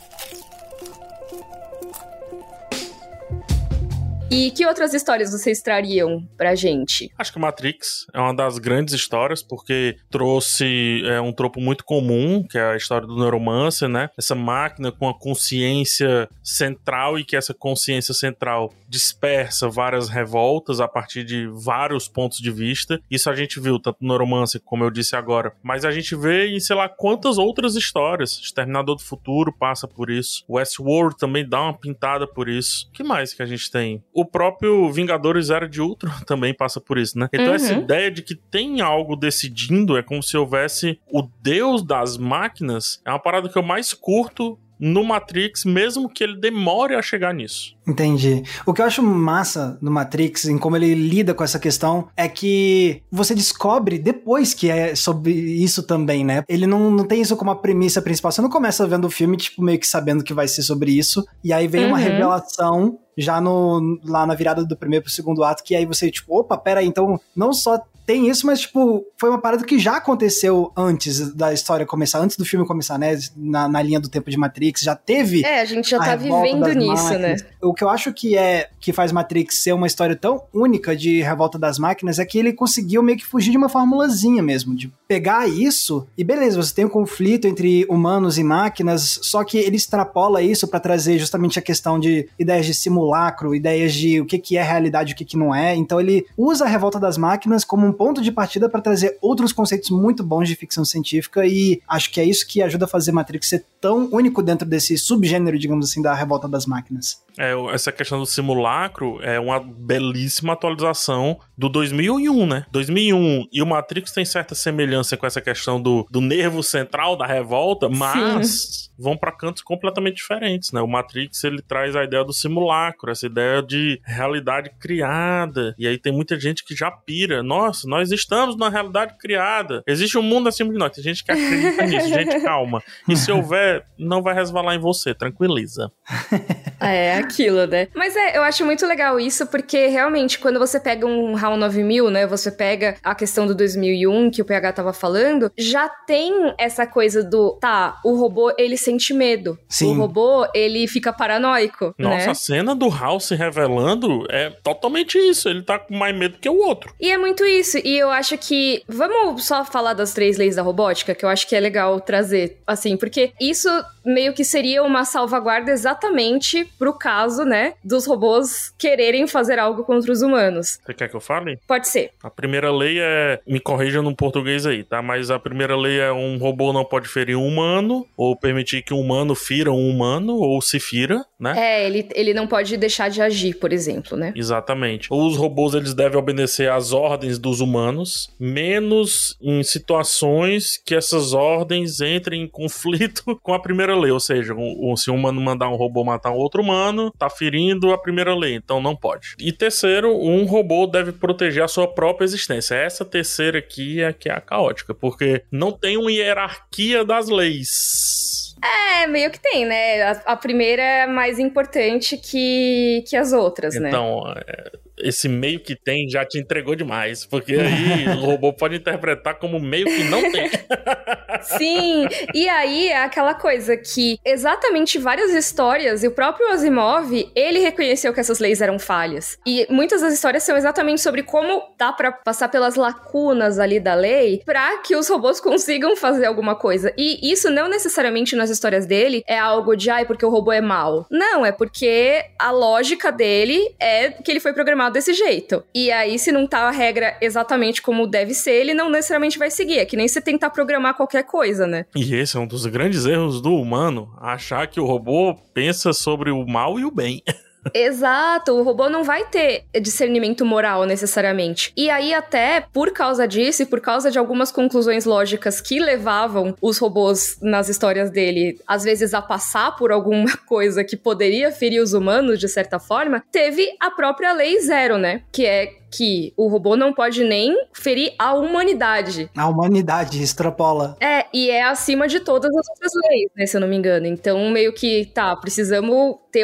E que outras histórias vocês trariam pra gente? Acho que Matrix é uma das grandes histórias, porque trouxe um tropo muito comum, que é a história do Neuromancer, né? Essa máquina com a consciência central, e que essa consciência central dispersa várias revoltas a partir de vários pontos de vista. Isso a gente viu tanto no Neuromancer, como eu disse agora, mas a gente vê em sei lá quantas outras histórias. Exterminador do Futuro passa por isso. Westworld também dá uma pintada por isso. O que mais que a gente tem? O próprio Vingadores Era de Ultron também passa por isso, né? Então essa ideia de que tem algo decidindo, é como se houvesse o Deus das máquinas, é uma parada que eu mais curto no Matrix, mesmo que ele demore a chegar nisso. Entendi. O que eu acho massa no Matrix, em como ele lida com essa questão, é que você descobre depois que é sobre isso também, né? Ele não tem isso como a premissa principal. Você não começa vendo o filme, tipo, meio que sabendo que vai ser sobre isso, e aí vem uma revelação já lá na virada do primeiro pro segundo ato, que aí você, tipo, opa, pera aí, então não só tem isso, mas, tipo, foi uma parada que já aconteceu antes da história começar, antes do filme começar, né? Na linha do tempo de Matrix, já teve. É, a gente já tá vivendo nisso, né? O que eu acho que faz Matrix ser uma história tão única de revolta das máquinas é que ele conseguiu meio que fugir de uma formulazinha mesmo, de pegar isso e beleza, você tem um conflito entre humanos e máquinas, só que ele extrapola isso pra trazer justamente a questão de ideias de simulacro, ideias de o que é realidade e o que não é. Então ele usa a revolta das máquinas como um ponto de partida para trazer outros conceitos muito bons de ficção científica, e acho que é isso que ajuda a fazer Matrix ser tão único dentro desse subgênero, digamos assim, da revolta das máquinas. Essa questão do simulacro é uma belíssima atualização do 2001, né? 2001 e o Matrix tem certa semelhança com essa questão do nervo central da revolta, mas vão para cantos completamente diferentes, né? O Matrix, ele traz a ideia do simulacro, essa ideia de realidade criada, e aí tem muita gente que já pira. Nossa, nós estamos na realidade criada. Existe um mundo acima de nós. Tem gente que acredita nisso. Gente, calma. E se houver, não vai resvalar em você. Tranquiliza. É aquilo, né? Mas eu acho muito legal isso, porque realmente, quando você pega um HAL 9000, né? Você pega a questão do 2001, que o PH tava falando, já tem essa coisa do, o robô, ele sente medo. Sim. O robô, ele fica paranoico, Nossa, né? A cena do HAL se revelando é totalmente isso. Ele tá com mais medo que o outro. E é muito isso. E eu acho que... Vamos só falar das 3 leis da robótica, que eu acho que é legal trazer, assim, porque isso meio que seria uma salvaguarda exatamente pro caso, né, dos robôs quererem fazer algo contra os humanos. Você quer que eu fale? Pode ser. A primeira lei é... Me corrija no português aí, tá? Mas a primeira lei é um robô não pode ferir um humano, ou permitir que um humano fira um humano, ou se fira, né? Ele não pode deixar de agir, por exemplo, né? Exatamente. Os robôs, eles devem obedecer às ordens dos humanos, menos em situações que essas ordens entrem em conflito com a primeira lei. Ou seja, se um humano mandar um robô matar um outro humano, tá ferindo a primeira lei, então não pode. E terceiro, um robô deve proteger a sua própria existência. Essa terceira aqui é que é a caótica, porque não tem uma hierarquia das leis. Meio que tem, né? A primeira é mais importante que as outras, né? Então, esse meio que tem já te entregou demais, porque aí o robô pode interpretar como meio que não tem. Sim, e aí é aquela coisa que exatamente várias histórias, e o próprio Asimov, ele reconheceu que essas leis eram falhas. E muitas das histórias são exatamente sobre como dá pra passar pelas lacunas ali da lei pra que os robôs consigam fazer alguma coisa. E isso não necessariamente nas histórias dele é algo de, porque o robô é mau. Não, é porque a lógica dele é que ele foi programado desse jeito. E aí, se não tá a regra exatamente como deve ser, ele não necessariamente vai seguir. É que nem você tentar programar qualquer coisa, né? E esse é um dos grandes erros do humano, achar que o robô pensa sobre o mal e o bem. Exato, o robô não vai ter discernimento moral necessariamente. E aí até por causa disso e por causa de algumas conclusões lógicas que levavam os robôs nas histórias dele, às vezes a passar por alguma coisa que poderia ferir os humanos de certa forma, teve a própria Lei Zero, né? Que é que o robô não pode nem ferir a humanidade. A humanidade extrapola. E é acima de todas as outras leis, né, se eu não me engano. Então, meio que, precisamos ter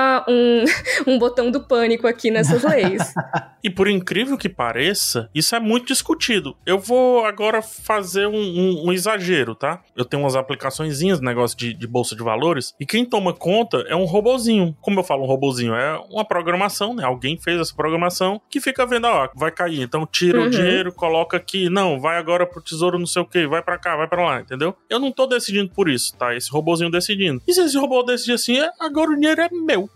um botão do pânico aqui nessas leis. E por incrível que pareça, isso é muito discutido. Eu vou agora fazer um exagero, tá? Eu tenho umas aplicaçõezinhas, negócio de bolsa de valores, e quem toma conta é um robozinho. Como eu falo um robozinho? É uma programação, né? Alguém fez essa programação que fica vendo, vai cair. Então tira o dinheiro, coloca aqui. Não, vai agora pro tesouro não sei o que, vai pra cá, vai pra lá, entendeu? Eu não tô decidindo por isso, tá? Esse robozinho decidindo. E se esse robô decidir assim, agora o dinheiro é meu.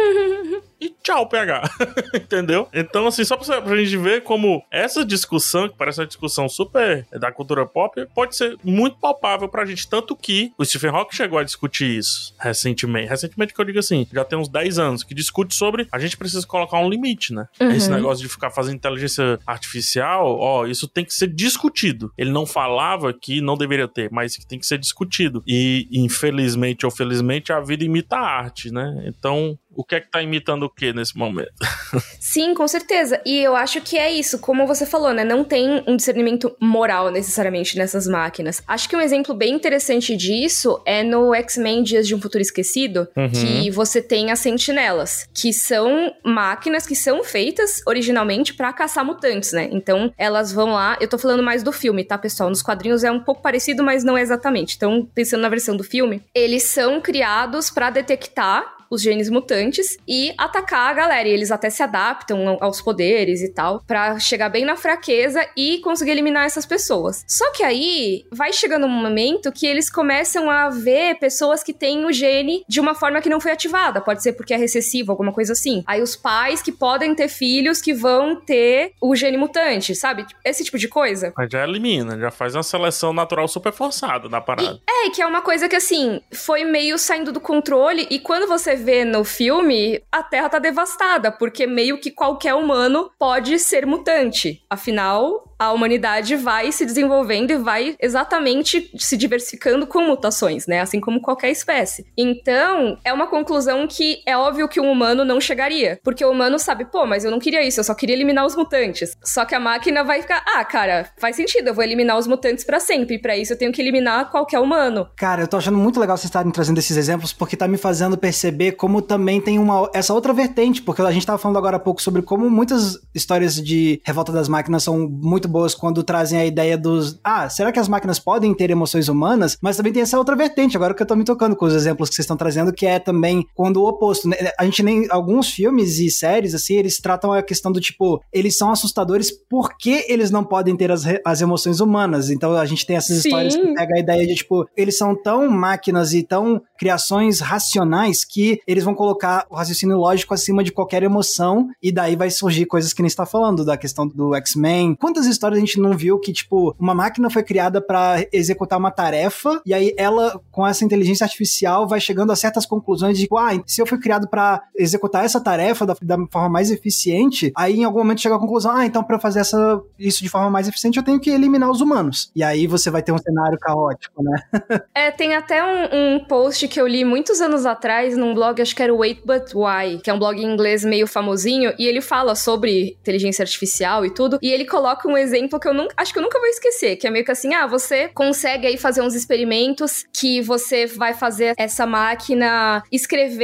E tchau, PH. Entendeu? Então, assim, só pra gente ver como essa discussão, que parece uma discussão super da cultura pop, pode ser muito palpável pra gente. Tanto que o Stephen Hawking chegou a discutir isso recentemente. Recentemente que eu digo assim, já tem uns 10 anos, que discute sobre a gente precisa colocar um limite, né? Esse negócio de ficar fazendo inteligência artificial, isso tem que ser discutido. Ele não falava que não deveria ter, mas que tem que ser discutido. E, infelizmente ou felizmente, a vida imita a arte, né? Então, o que é que tá imitando o que nesse momento? Sim, com certeza. E eu acho que é isso, como você falou, né? Não tem um discernimento moral necessariamente nessas máquinas. Acho que um exemplo bem interessante disso é no X-Men Dias de um Futuro Esquecido, que você tem as sentinelas, que são máquinas que são feitas originalmente pra caçar mutantes, né? Então, elas vão lá... Eu tô falando mais do filme, tá, pessoal? Nos quadrinhos é um pouco parecido, mas não é exatamente. Então, pensando na versão do filme, eles são criados pra detectar os genes mutantes e atacar a galera. E eles até se adaptam aos poderes e tal, pra chegar bem na fraqueza e conseguir eliminar essas pessoas. Só que aí, vai chegando um momento que eles começam a ver pessoas que têm o gene de uma forma que não foi ativada. Pode ser porque é recessivo, alguma coisa assim. Aí os pais que podem ter filhos que vão ter o gene mutante, sabe? Esse tipo de coisa. Mas já elimina, já faz uma seleção natural super forçada na parada. Que é uma coisa que, assim, foi meio saindo do controle, e quando você vê no filme, a Terra tá devastada, porque meio que qualquer humano pode ser mutante. Afinal, a humanidade vai se desenvolvendo e vai exatamente se diversificando com mutações, né? Assim como qualquer espécie. Então, é uma conclusão que é óbvio que um humano não chegaria. Porque o humano sabe, mas eu não queria isso, eu só queria eliminar os mutantes. Só que a máquina vai ficar, cara, faz sentido, eu vou eliminar os mutantes pra sempre. E pra isso eu tenho que eliminar qualquer humano. Cara, eu tô achando muito legal vocês estarem trazendo esses exemplos, porque tá me fazendo perceber como também tem essa outra vertente, porque a gente tava falando agora há pouco sobre como muitas histórias de Revolta das Máquinas são muito boas quando trazem a ideia dos... será que as máquinas podem ter emoções humanas? Mas também tem essa outra vertente, agora que eu tô me tocando com os exemplos que vocês estão trazendo, que é também quando o oposto, né? A gente alguns filmes e séries, assim, eles tratam a questão do tipo, eles são assustadores porque eles não podem ter as emoções humanas. Então a gente tem essas histórias que pega a ideia de, tipo, eles são tão máquinas e tão criações racionais que eles vão colocar o raciocínio lógico acima de qualquer emoção, e daí vai surgir coisas que nem está falando, da questão do X-Men. Quantas histórias a gente não viu que, tipo, uma máquina foi criada para executar uma tarefa, e aí ela, com essa inteligência artificial, vai chegando a certas conclusões de, se eu fui criado para executar essa tarefa da forma mais eficiente, aí em algum momento chega à conclusão, então para eu fazer isso de forma mais eficiente, eu tenho que eliminar os humanos. E aí você vai ter um cenário caótico, né? Tem até um post que eu li muitos anos atrás num blog, acho que era Wait But Why, que é um blog em inglês meio famosinho, e ele fala sobre inteligência artificial e tudo, e ele coloca um exemplo que acho que eu nunca vou esquecer, que é meio que assim, você consegue aí fazer uns experimentos que você vai fazer essa máquina escrever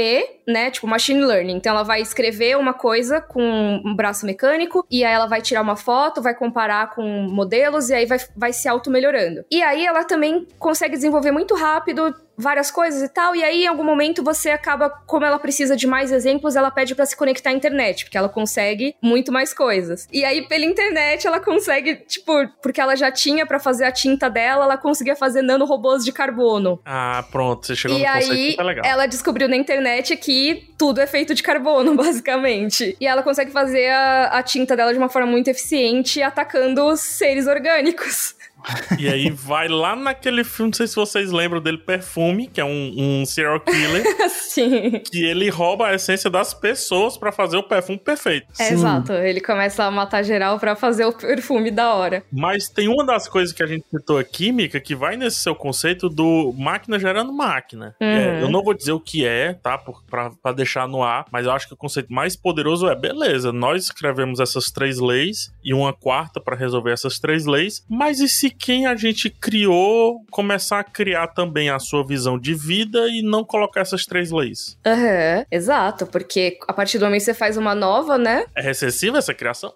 né, tipo machine learning. Então ela vai escrever uma coisa com um braço mecânico, e aí ela vai tirar uma foto, vai comparar com modelos, e aí vai se auto-melhorando. E aí ela também consegue desenvolver muito rápido várias coisas e tal, e aí em algum momento você acaba, como ela precisa de mais exemplos, ela pede pra se conectar à internet, porque ela consegue muito mais coisas. E aí pela internet ela consegue, tipo, porque ela já tinha pra fazer a tinta dela, ela conseguia fazer nanorobôs de carbono. Ah, pronto, você chegou no conceito que tá legal. E aí ela descobriu na internet que tudo é feito de carbono, basicamente. E ela consegue fazer a tinta dela de uma forma muito eficiente, atacando os seres orgânicos. E aí vai lá naquele filme, não sei se vocês lembram dele, Perfume, que é um serial killer. Sim. Que ele rouba a essência das pessoas pra fazer o perfume perfeito. Exato, ele começa a matar geral pra fazer o perfume da hora. Mas tem uma das coisas que a gente citou aqui, Mika, que vai nesse seu conceito do máquina gerando máquina. Eu não vou dizer o que é, tá? Pra deixar no ar, mas eu acho que o conceito mais poderoso é, beleza, nós escrevemos essas 3 leis e uma quarta pra resolver essas 3 leis, mas e se quem a gente criou começar a criar também a sua visão de vida e não colocar essas 3 leis? Exato, porque a partir do momento que você faz uma nova, né? É recessiva essa criação?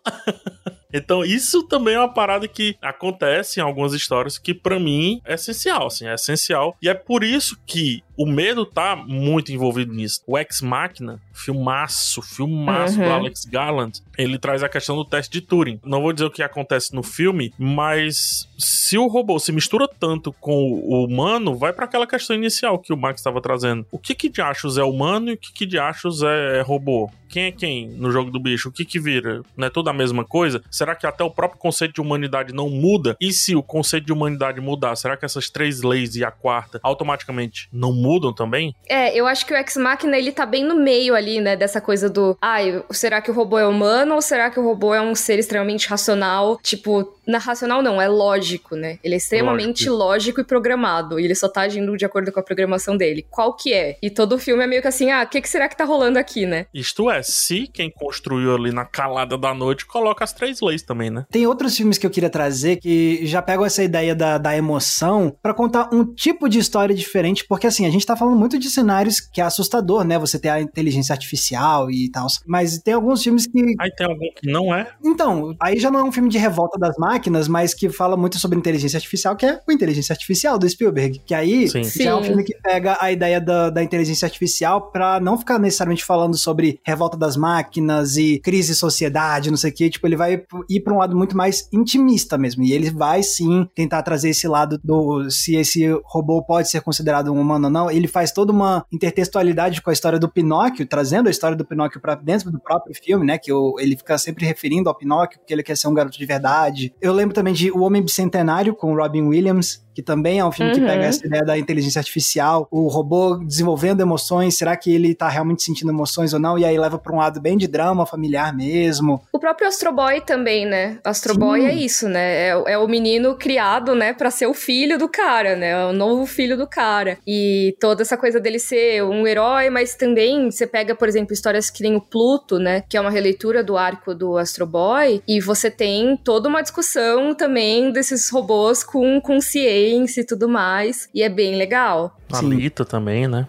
Então isso também é uma parada que acontece em algumas histórias que pra mim é essencial, assim, é essencial. E é por isso que o medo tá muito envolvido nisso. O Ex Machina, filmaço do Alex Garland, ele traz a questão do teste de Turing. Não vou dizer o que acontece no filme, mas se o robô se mistura tanto com o humano, vai pra aquela questão inicial que o Max estava trazendo. O que de achos é humano e o que de achos é robô? Quem é quem no jogo do bicho? O que vira? Não é tudo a mesma coisa? Será que até o próprio conceito de humanidade não muda? E se o conceito de humanidade mudar, será que essas 3 leis e a quarta automaticamente não mudam também? Eu acho que o Ex Machina, ele tá bem no meio ali, né, dessa coisa do, será que o robô é humano ou será que o robô é um ser extremamente racional? Tipo, não é racional não, é lógico, né? Ele é extremamente lógico e programado, e ele só tá agindo de acordo com a programação dele. Qual que é? E todo o filme é meio que assim, o que será que tá rolando aqui, né? Isto é, se quem construiu ali na calada da noite coloca as 3 leis também, né? Tem outros filmes que eu queria trazer que já pegam essa ideia da emoção pra contar um tipo de história diferente, porque assim, a gente tá falando muito de cenários que é assustador, né? Você ter a inteligência artificial e tal, mas tem alguns filmes que... Aí tem algum que não é? Então, aí já não é um filme de revolta das máquinas, mas que fala muito sobre inteligência artificial, que é o Inteligência Artificial do Spielberg, que aí já é um filme que pega a ideia da inteligência artificial pra não ficar necessariamente falando sobre revolta das máquinas e crise sociedade, não sei o que, tipo, ele vai ir pra um lado muito mais intimista mesmo, e ele vai sim tentar trazer esse lado do se esse robô pode ser considerado um humano ou não. Ele faz toda uma intertextualidade com a história do Pinóquio, trazendo a história do Pinóquio pra dentro do próprio filme, né, que ele fica sempre referindo ao Pinóquio, porque ele quer ser um garoto de verdade. Eu lembro também de O Homem Bicentenário, com Robin Williams, que também é um filme que pega essa ideia da inteligência artificial, o robô desenvolvendo emoções, será que ele tá realmente sentindo emoções ou não? E aí leva pra um lado bem de drama familiar mesmo. O próprio Astro Boy também, né? Astro Boy é isso, né? É o menino criado, né, pra ser o filho do cara, né? É o novo filho do cara. E toda essa coisa dele ser um herói, mas também você pega, por exemplo, histórias que nem o Pluto, né? Que é uma releitura do arco do Astro Boy, e você tem toda uma discussão também desses robôs com consciência e tudo mais, e é bem legal. A Alita também, né?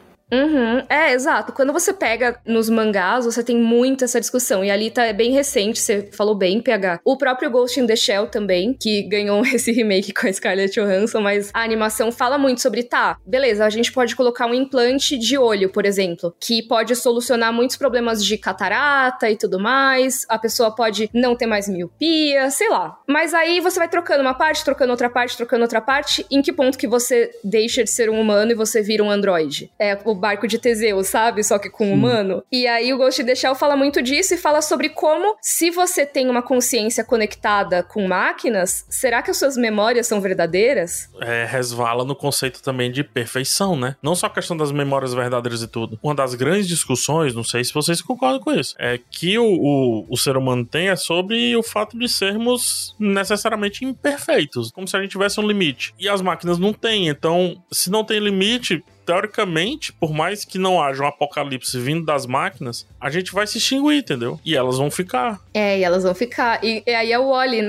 Exato. Quando você pega nos mangás, você tem muito essa discussão. E a Alita é bem recente, você falou bem, PH. O próprio Ghost in the Shell também, que ganhou esse remake com a Scarlett Johansson, mas a animação fala muito sobre, beleza, a gente pode colocar um implante de olho, por exemplo, que pode solucionar muitos problemas de catarata e tudo mais. A pessoa pode não ter mais miopia, sei lá. Mas aí você vai trocando uma parte, trocando outra parte, trocando outra parte. Em que ponto que você deixa de ser um humano e você vira um androide? O barco de Teseu, sabe? Só que com um humano. E aí o Ghost in the Shell fala muito disso e fala sobre como, se você tem uma consciência conectada com máquinas, será que as suas memórias são verdadeiras? Resvala no conceito também de perfeição, né? Não só a questão das memórias verdadeiras e tudo. Uma das grandes discussões, não sei se vocês concordam com isso, é que o ser humano tem sobre o fato de sermos necessariamente imperfeitos, como se a gente tivesse um limite. E as máquinas não têm, então, se não tem limite, teoricamente, por mais que não haja um apocalipse vindo das máquinas, a gente vai se extinguir, entendeu? E elas vão ficar. E elas vão ficar. E aí é o Wall-E, né?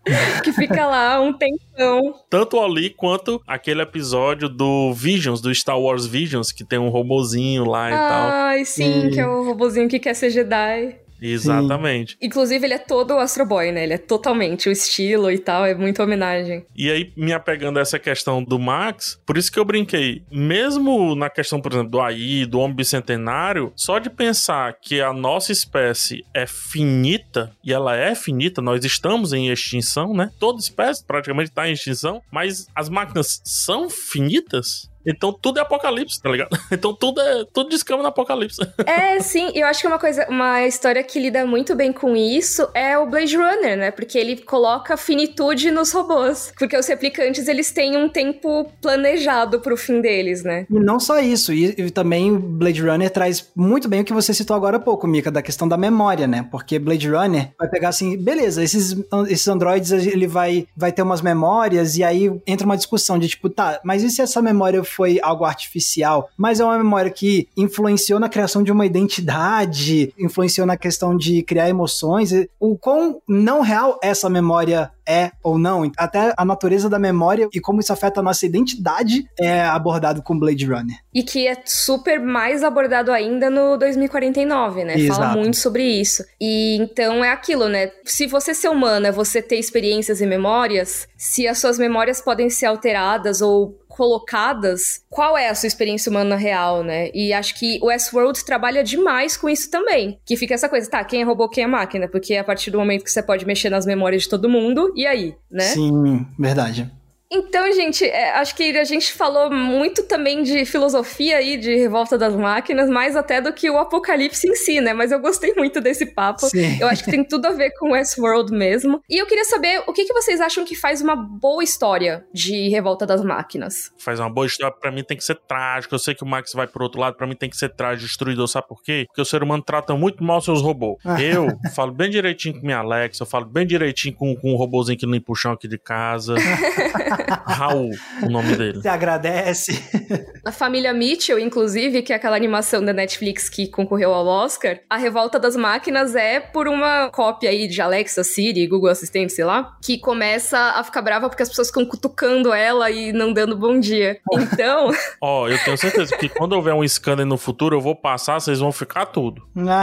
que fica lá um tempão. Tanto ali quanto aquele episódio do Visions, do Star Wars Visions, que tem um robozinho lá e tal. Ai, sim, que é o robozinho que quer ser Jedi. Exatamente. Sim. Inclusive, ele é todo o Astro Boy, né? Ele é totalmente o estilo e tal, é muita homenagem. E aí, me apegando a essa questão do Max, por isso que eu brinquei. Mesmo na questão, por exemplo, do AI, do Homem Bicentenário, só de pensar que a nossa espécie é finita, e ela é finita, nós estamos em extinção, né? Toda espécie praticamente está em extinção, mas as máquinas são finitas? Então tudo é apocalipse, tá ligado? Então tudo descamba no apocalipse. É, sim, eu acho que uma história que lida muito bem com isso é o Blade Runner, né? Porque ele coloca finitude nos robôs. Porque os replicantes, eles têm um tempo planejado pro fim deles, né? E não só isso, e também o Blade Runner traz muito bem o que você citou agora há pouco, Mika, da questão da memória, né? Porque Blade Runner vai pegar assim, beleza, esses androides, ele vai ter umas memórias, e aí entra uma discussão de tipo, tá, mas e se essa memória foi algo artificial, mas é uma memória que influenciou na criação de uma identidade, influenciou na questão de criar emoções, o quão não real essa memória é ou não, até a natureza da memória e como isso afeta a nossa identidade é abordado com Blade Runner. E que é super mais abordado ainda no 2049, né? Exato. Fala muito sobre isso. E então é aquilo, né? Se você ser humano é você ter experiências e memórias, se as suas memórias podem ser alteradas ou colocadas, qual é a sua experiência humana real, né? E acho que o Westworld trabalha demais com isso também. Que fica essa coisa, tá, quem é robô, quem é máquina? Porque a partir do momento que você pode mexer nas memórias de todo mundo, e aí, né? Sim, verdade. Então, gente, acho que a gente falou muito também de filosofia aí, de Revolta das Máquinas, mais até do que o apocalipse em si, né? Mas eu gostei muito desse papo. Sim. Eu acho que tem tudo a ver com Westworld mesmo. E eu queria saber o que vocês acham que faz uma boa história de Revolta das Máquinas? Faz uma boa história, pra mim tem que ser trágico. Eu sei que o Max vai pro outro lado, pra mim tem que ser trágico, destruidor. Sabe por quê? Porque o ser humano trata muito mal seus robôs. Eu falo bem direitinho com minha Alexa, eu falo bem direitinho com um robôzinho que limpa o chão aqui de casa. Raul, o nome dele. Você agradece. A Família Mitchell, inclusive, que é aquela animação da Netflix que concorreu ao Oscar, a Revolta das Máquinas é por uma cópia aí de Alexa, Siri, Google Assistente, sei lá, que começa a ficar brava porque as pessoas ficam cutucando ela e não dando bom dia. Então... Eu tenho certeza que quando houver um scanner no futuro, eu vou passar, vocês vão ficar tudo.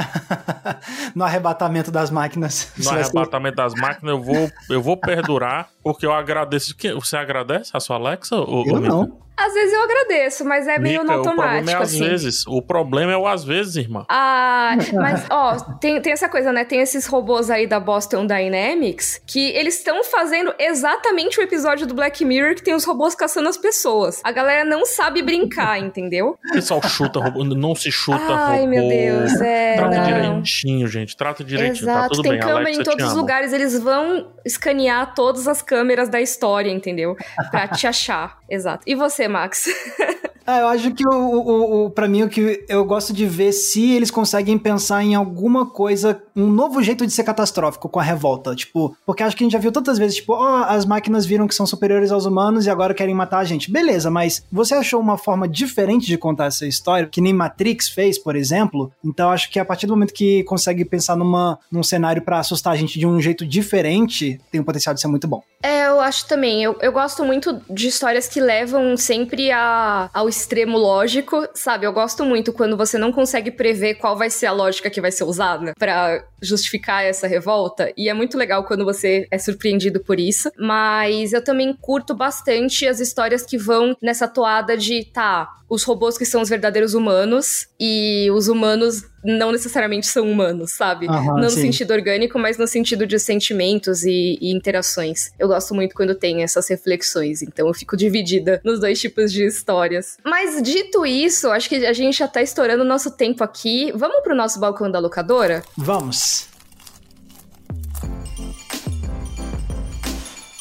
No arrebatamento das máquinas. No arrebatamento das máquinas, eu vou perdurar, porque eu agradeço. Você agradece a sua Alexa? Eu não. Às vezes eu agradeço, mas é meio no automático, o problema é às assim. vezes. O problema é o às vezes, irmã. Mas, tem essa coisa, né? Tem esses robôs aí da Boston Dynamics que eles estão fazendo exatamente o episódio do Black Mirror que tem os robôs caçando as pessoas. A galera não sabe brincar, entendeu? O pessoal chuta robô, não se chuta robô. Ai, meu Deus, Trata direitinho, gente. Trata direitinho, exato, tá tudo tem bem. câmera Alexa, em todos os lugares, eles vão escanear todas as câmeras da história, entendeu? Pra te achar, exato. E você, Max? Eu acho que pra mim, o que eu gosto de ver se eles conseguem pensar em alguma coisa, um novo jeito de ser catastrófico com a revolta, tipo, porque acho que a gente já viu tantas vezes, tipo, as máquinas viram que são superiores aos humanos e agora querem matar a gente. Beleza, mas você achou uma forma diferente de contar essa história, que nem Matrix fez, por exemplo? Então acho que a partir do momento que consegue pensar num cenário pra assustar a gente de um jeito diferente, tem o potencial de ser muito bom. Eu acho também. Eu gosto muito de histórias que levam sempre ao extremo lógico, sabe? Eu gosto muito quando você não consegue prever qual vai ser a lógica que vai ser usada pra justificar essa revolta. E é muito legal quando você é surpreendido por isso. Mas eu também curto bastante as histórias que vão nessa toada de, os robôs que são os verdadeiros humanos e os humanos não necessariamente são humanos, sabe? Não no sentido orgânico, mas no sentido de sentimentos e interações. Eu gosto muito quando tem essas reflexões, então eu fico dividida nos dois tipos de histórias. Mas dito isso, acho que a gente já tá estourando o nosso tempo aqui. Vamos pro nosso balcão da locadora? Vamos!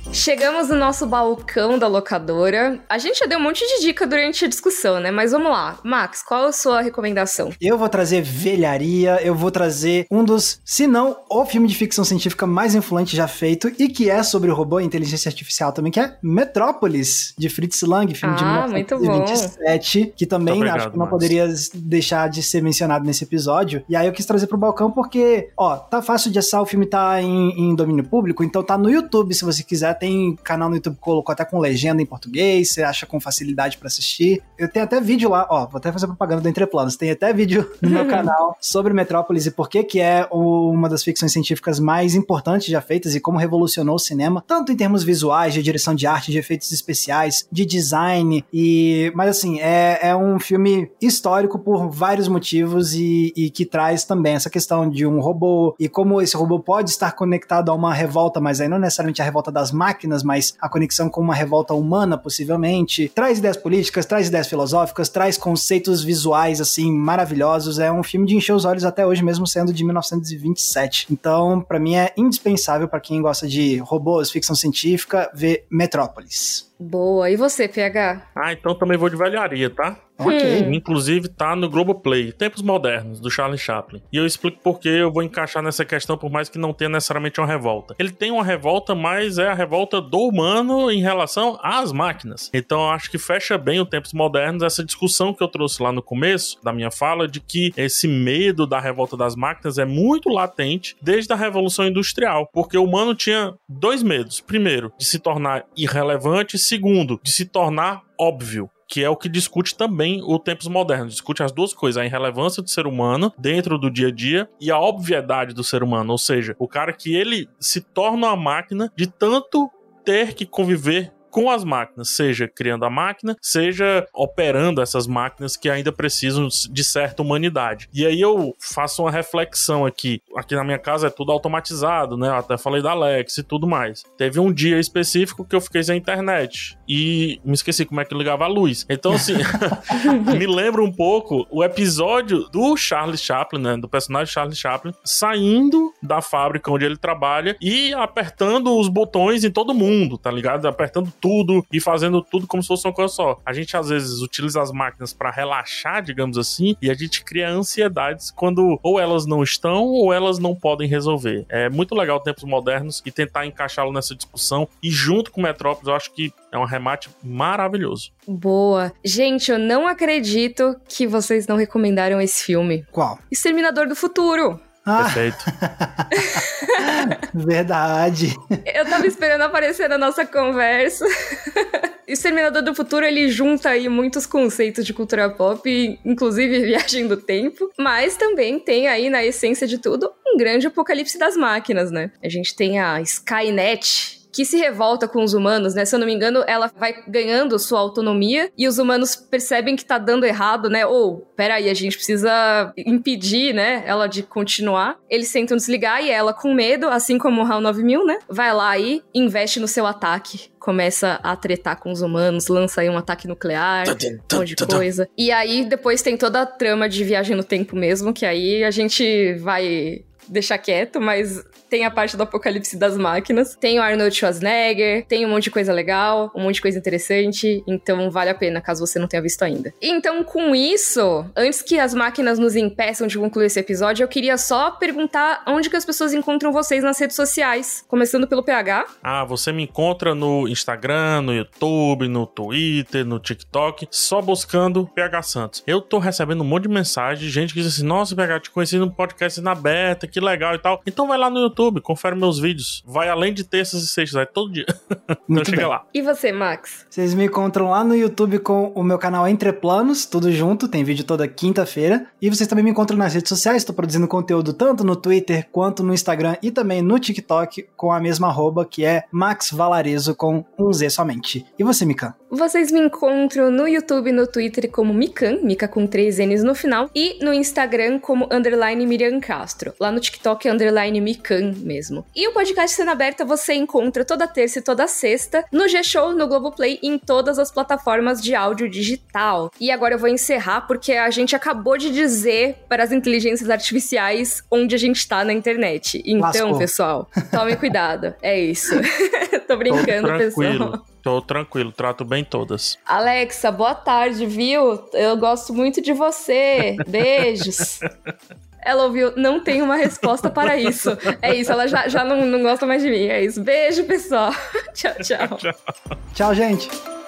Chegamos no nosso balcão da locadora. A gente já deu um monte de dica durante a discussão, né? Mas vamos lá. Max, qual a sua recomendação? Eu vou trazer velharia, eu vou trazer um dos, se não, o filme de ficção científica mais influente já feito e que é sobre o robô e inteligência artificial também, que é Metrópolis, de Fritz Lang, filme de 1927, que também acho que não poderia deixar de ser mencionado nesse episódio. E aí eu quis trazer pro balcão porque, tá fácil de acessar, o filme tá em domínio público, então tá no YouTube, se você quiser. Tem canal no YouTube que colocou até com legenda em português, você acha com facilidade pra assistir. Eu tenho até vídeo lá, vou até fazer propaganda do Entreplanos, tem até vídeo no meu canal sobre Metrópolis e por que é uma das ficções científicas mais importantes já feitas e como revolucionou o cinema, tanto em termos visuais, de direção de arte, de efeitos especiais, de design, mas assim, é um filme histórico por vários motivos e que traz também essa questão de um robô e como esse robô pode estar conectado a uma revolta, mas aí não necessariamente a revolta das máquinas, mas a conexão com uma revolta humana, possivelmente. Traz ideias políticas, traz ideias filosóficas, traz conceitos visuais, assim, maravilhosos. É um filme de encher os olhos até hoje, mesmo sendo de 1927. Então, pra mim, é indispensável pra quem gosta de robôs, ficção científica, ver Metrópolis. Boa. E você, PH? Então também vou de velharia, tá? Ok. Inclusive tá no Globoplay, Tempos Modernos, do Charlie Chaplin. E eu explico por que eu vou encaixar nessa questão, por mais que não tenha necessariamente uma revolta. Ele tem uma revolta, mas é a revolta do humano em relação às máquinas. Então eu acho que fecha bem o Tempos Modernos essa discussão que eu trouxe lá no começo da minha fala, de que esse medo da revolta das máquinas é muito latente desde a Revolução Industrial. Porque o humano tinha dois medos. Primeiro, de se tornar irrelevante. Segundo, de se tornar óbvio, que é o que discute também o Tempos Modernos. Discute as duas coisas, a irrelevância do ser humano dentro do dia a dia e a obviedade do ser humano, ou seja, o cara que ele se torna uma máquina de tanto ter que conviver com as máquinas, seja criando a máquina, seja operando essas máquinas que ainda precisam de certa humanidade. E aí eu faço uma reflexão aqui. Aqui na minha casa é tudo automatizado, né? Eu até falei da Alexa e tudo mais. Teve um dia específico que eu fiquei sem internet e me esqueci como é que ligava a luz. Então, assim, me lembra um pouco o episódio do Charlie Chaplin, né? Do personagem Charlie Chaplin, saindo da fábrica onde ele trabalha e apertando os botões em todo mundo, tá ligado? Apertando tudo e fazendo tudo como se fosse uma coisa só. A gente às vezes utiliza as máquinas pra relaxar, digamos assim, e a gente cria ansiedades quando ou elas não estão ou elas não podem resolver. É muito legal Tempos Modernos e tentar encaixá-lo nessa discussão, e junto com Metrópolis eu acho que é um remate maravilhoso. Boa. Gente, eu não acredito que vocês não recomendaram esse filme. Qual? Exterminador do Futuro. Perfeito. Verdade. Eu tava esperando aparecer na nossa conversa. Exterminador do Futuro, ele junta aí muitos conceitos de cultura pop, inclusive viagem do tempo, mas também tem aí, na essência de tudo, um grande apocalipse das máquinas, né? A gente tem a Skynet, que se revolta com os humanos, né? Se eu não me engano, ela vai ganhando sua autonomia e os humanos percebem que tá dando errado, né? Peraí, a gente precisa impedir, né, ela de continuar. Eles tentam desligar e ela, com medo, assim como o HAL 9000, né, vai lá e investe no seu ataque. Começa a tretar com os humanos, lança aí um ataque nuclear, um monte de coisa. E aí, depois tem toda a trama de viagem no tempo mesmo, que aí a gente vai deixar quieto, mas tem a parte do apocalipse das máquinas, tem o Arnold Schwarzenegger, tem um monte de coisa legal, um monte de coisa interessante, então vale a pena, caso você não tenha visto ainda. Então, com isso, antes que as máquinas nos impeçam de concluir esse episódio, eu queria só perguntar onde que as pessoas encontram vocês nas redes sociais, começando pelo PH. Você me encontra no Instagram, no YouTube, no Twitter, no TikTok, só buscando PH Santos. Eu tô recebendo um monte de mensagem de gente que diz assim, nossa, PH, te conheci no podcast na beta, que legal e tal. Então vai lá no YouTube, confere meus vídeos. Vai além de terças e sextas, vai todo dia. Então chega lá. E você, Max? Vocês me encontram lá no YouTube com o meu canal Entreplanos, tudo junto, tem vídeo toda quinta-feira. E vocês também me encontram nas redes sociais, estou produzindo conteúdo tanto no Twitter quanto no Instagram e também no TikTok com a mesma arroba, que é Max Valarezo com um Z somente. E você, Mikan? Vocês me encontram no YouTube e no Twitter como Mikan, Mika com 3 N's no final, e no Instagram como _Miriam Castro. Lá no no TikTok _Mikan mesmo. E o podcast Cena Aberta você encontra toda terça e toda sexta no G-Show, no Globoplay e em todas as plataformas de áudio digital. E agora eu vou encerrar porque a gente acabou de dizer para as inteligências artificiais onde a gente tá na internet. Então, Lascou. Pessoal, tomem cuidado. É isso. Tô brincando, pessoal. Tô tranquilo, trato bem todas. Alexa, boa tarde, viu? Eu gosto muito de você. Beijos. Ela ouviu, não tem uma resposta para isso. É isso, ela já não gosta mais de mim. É isso. Beijo, pessoal. Tchau, tchau. Tchau, gente.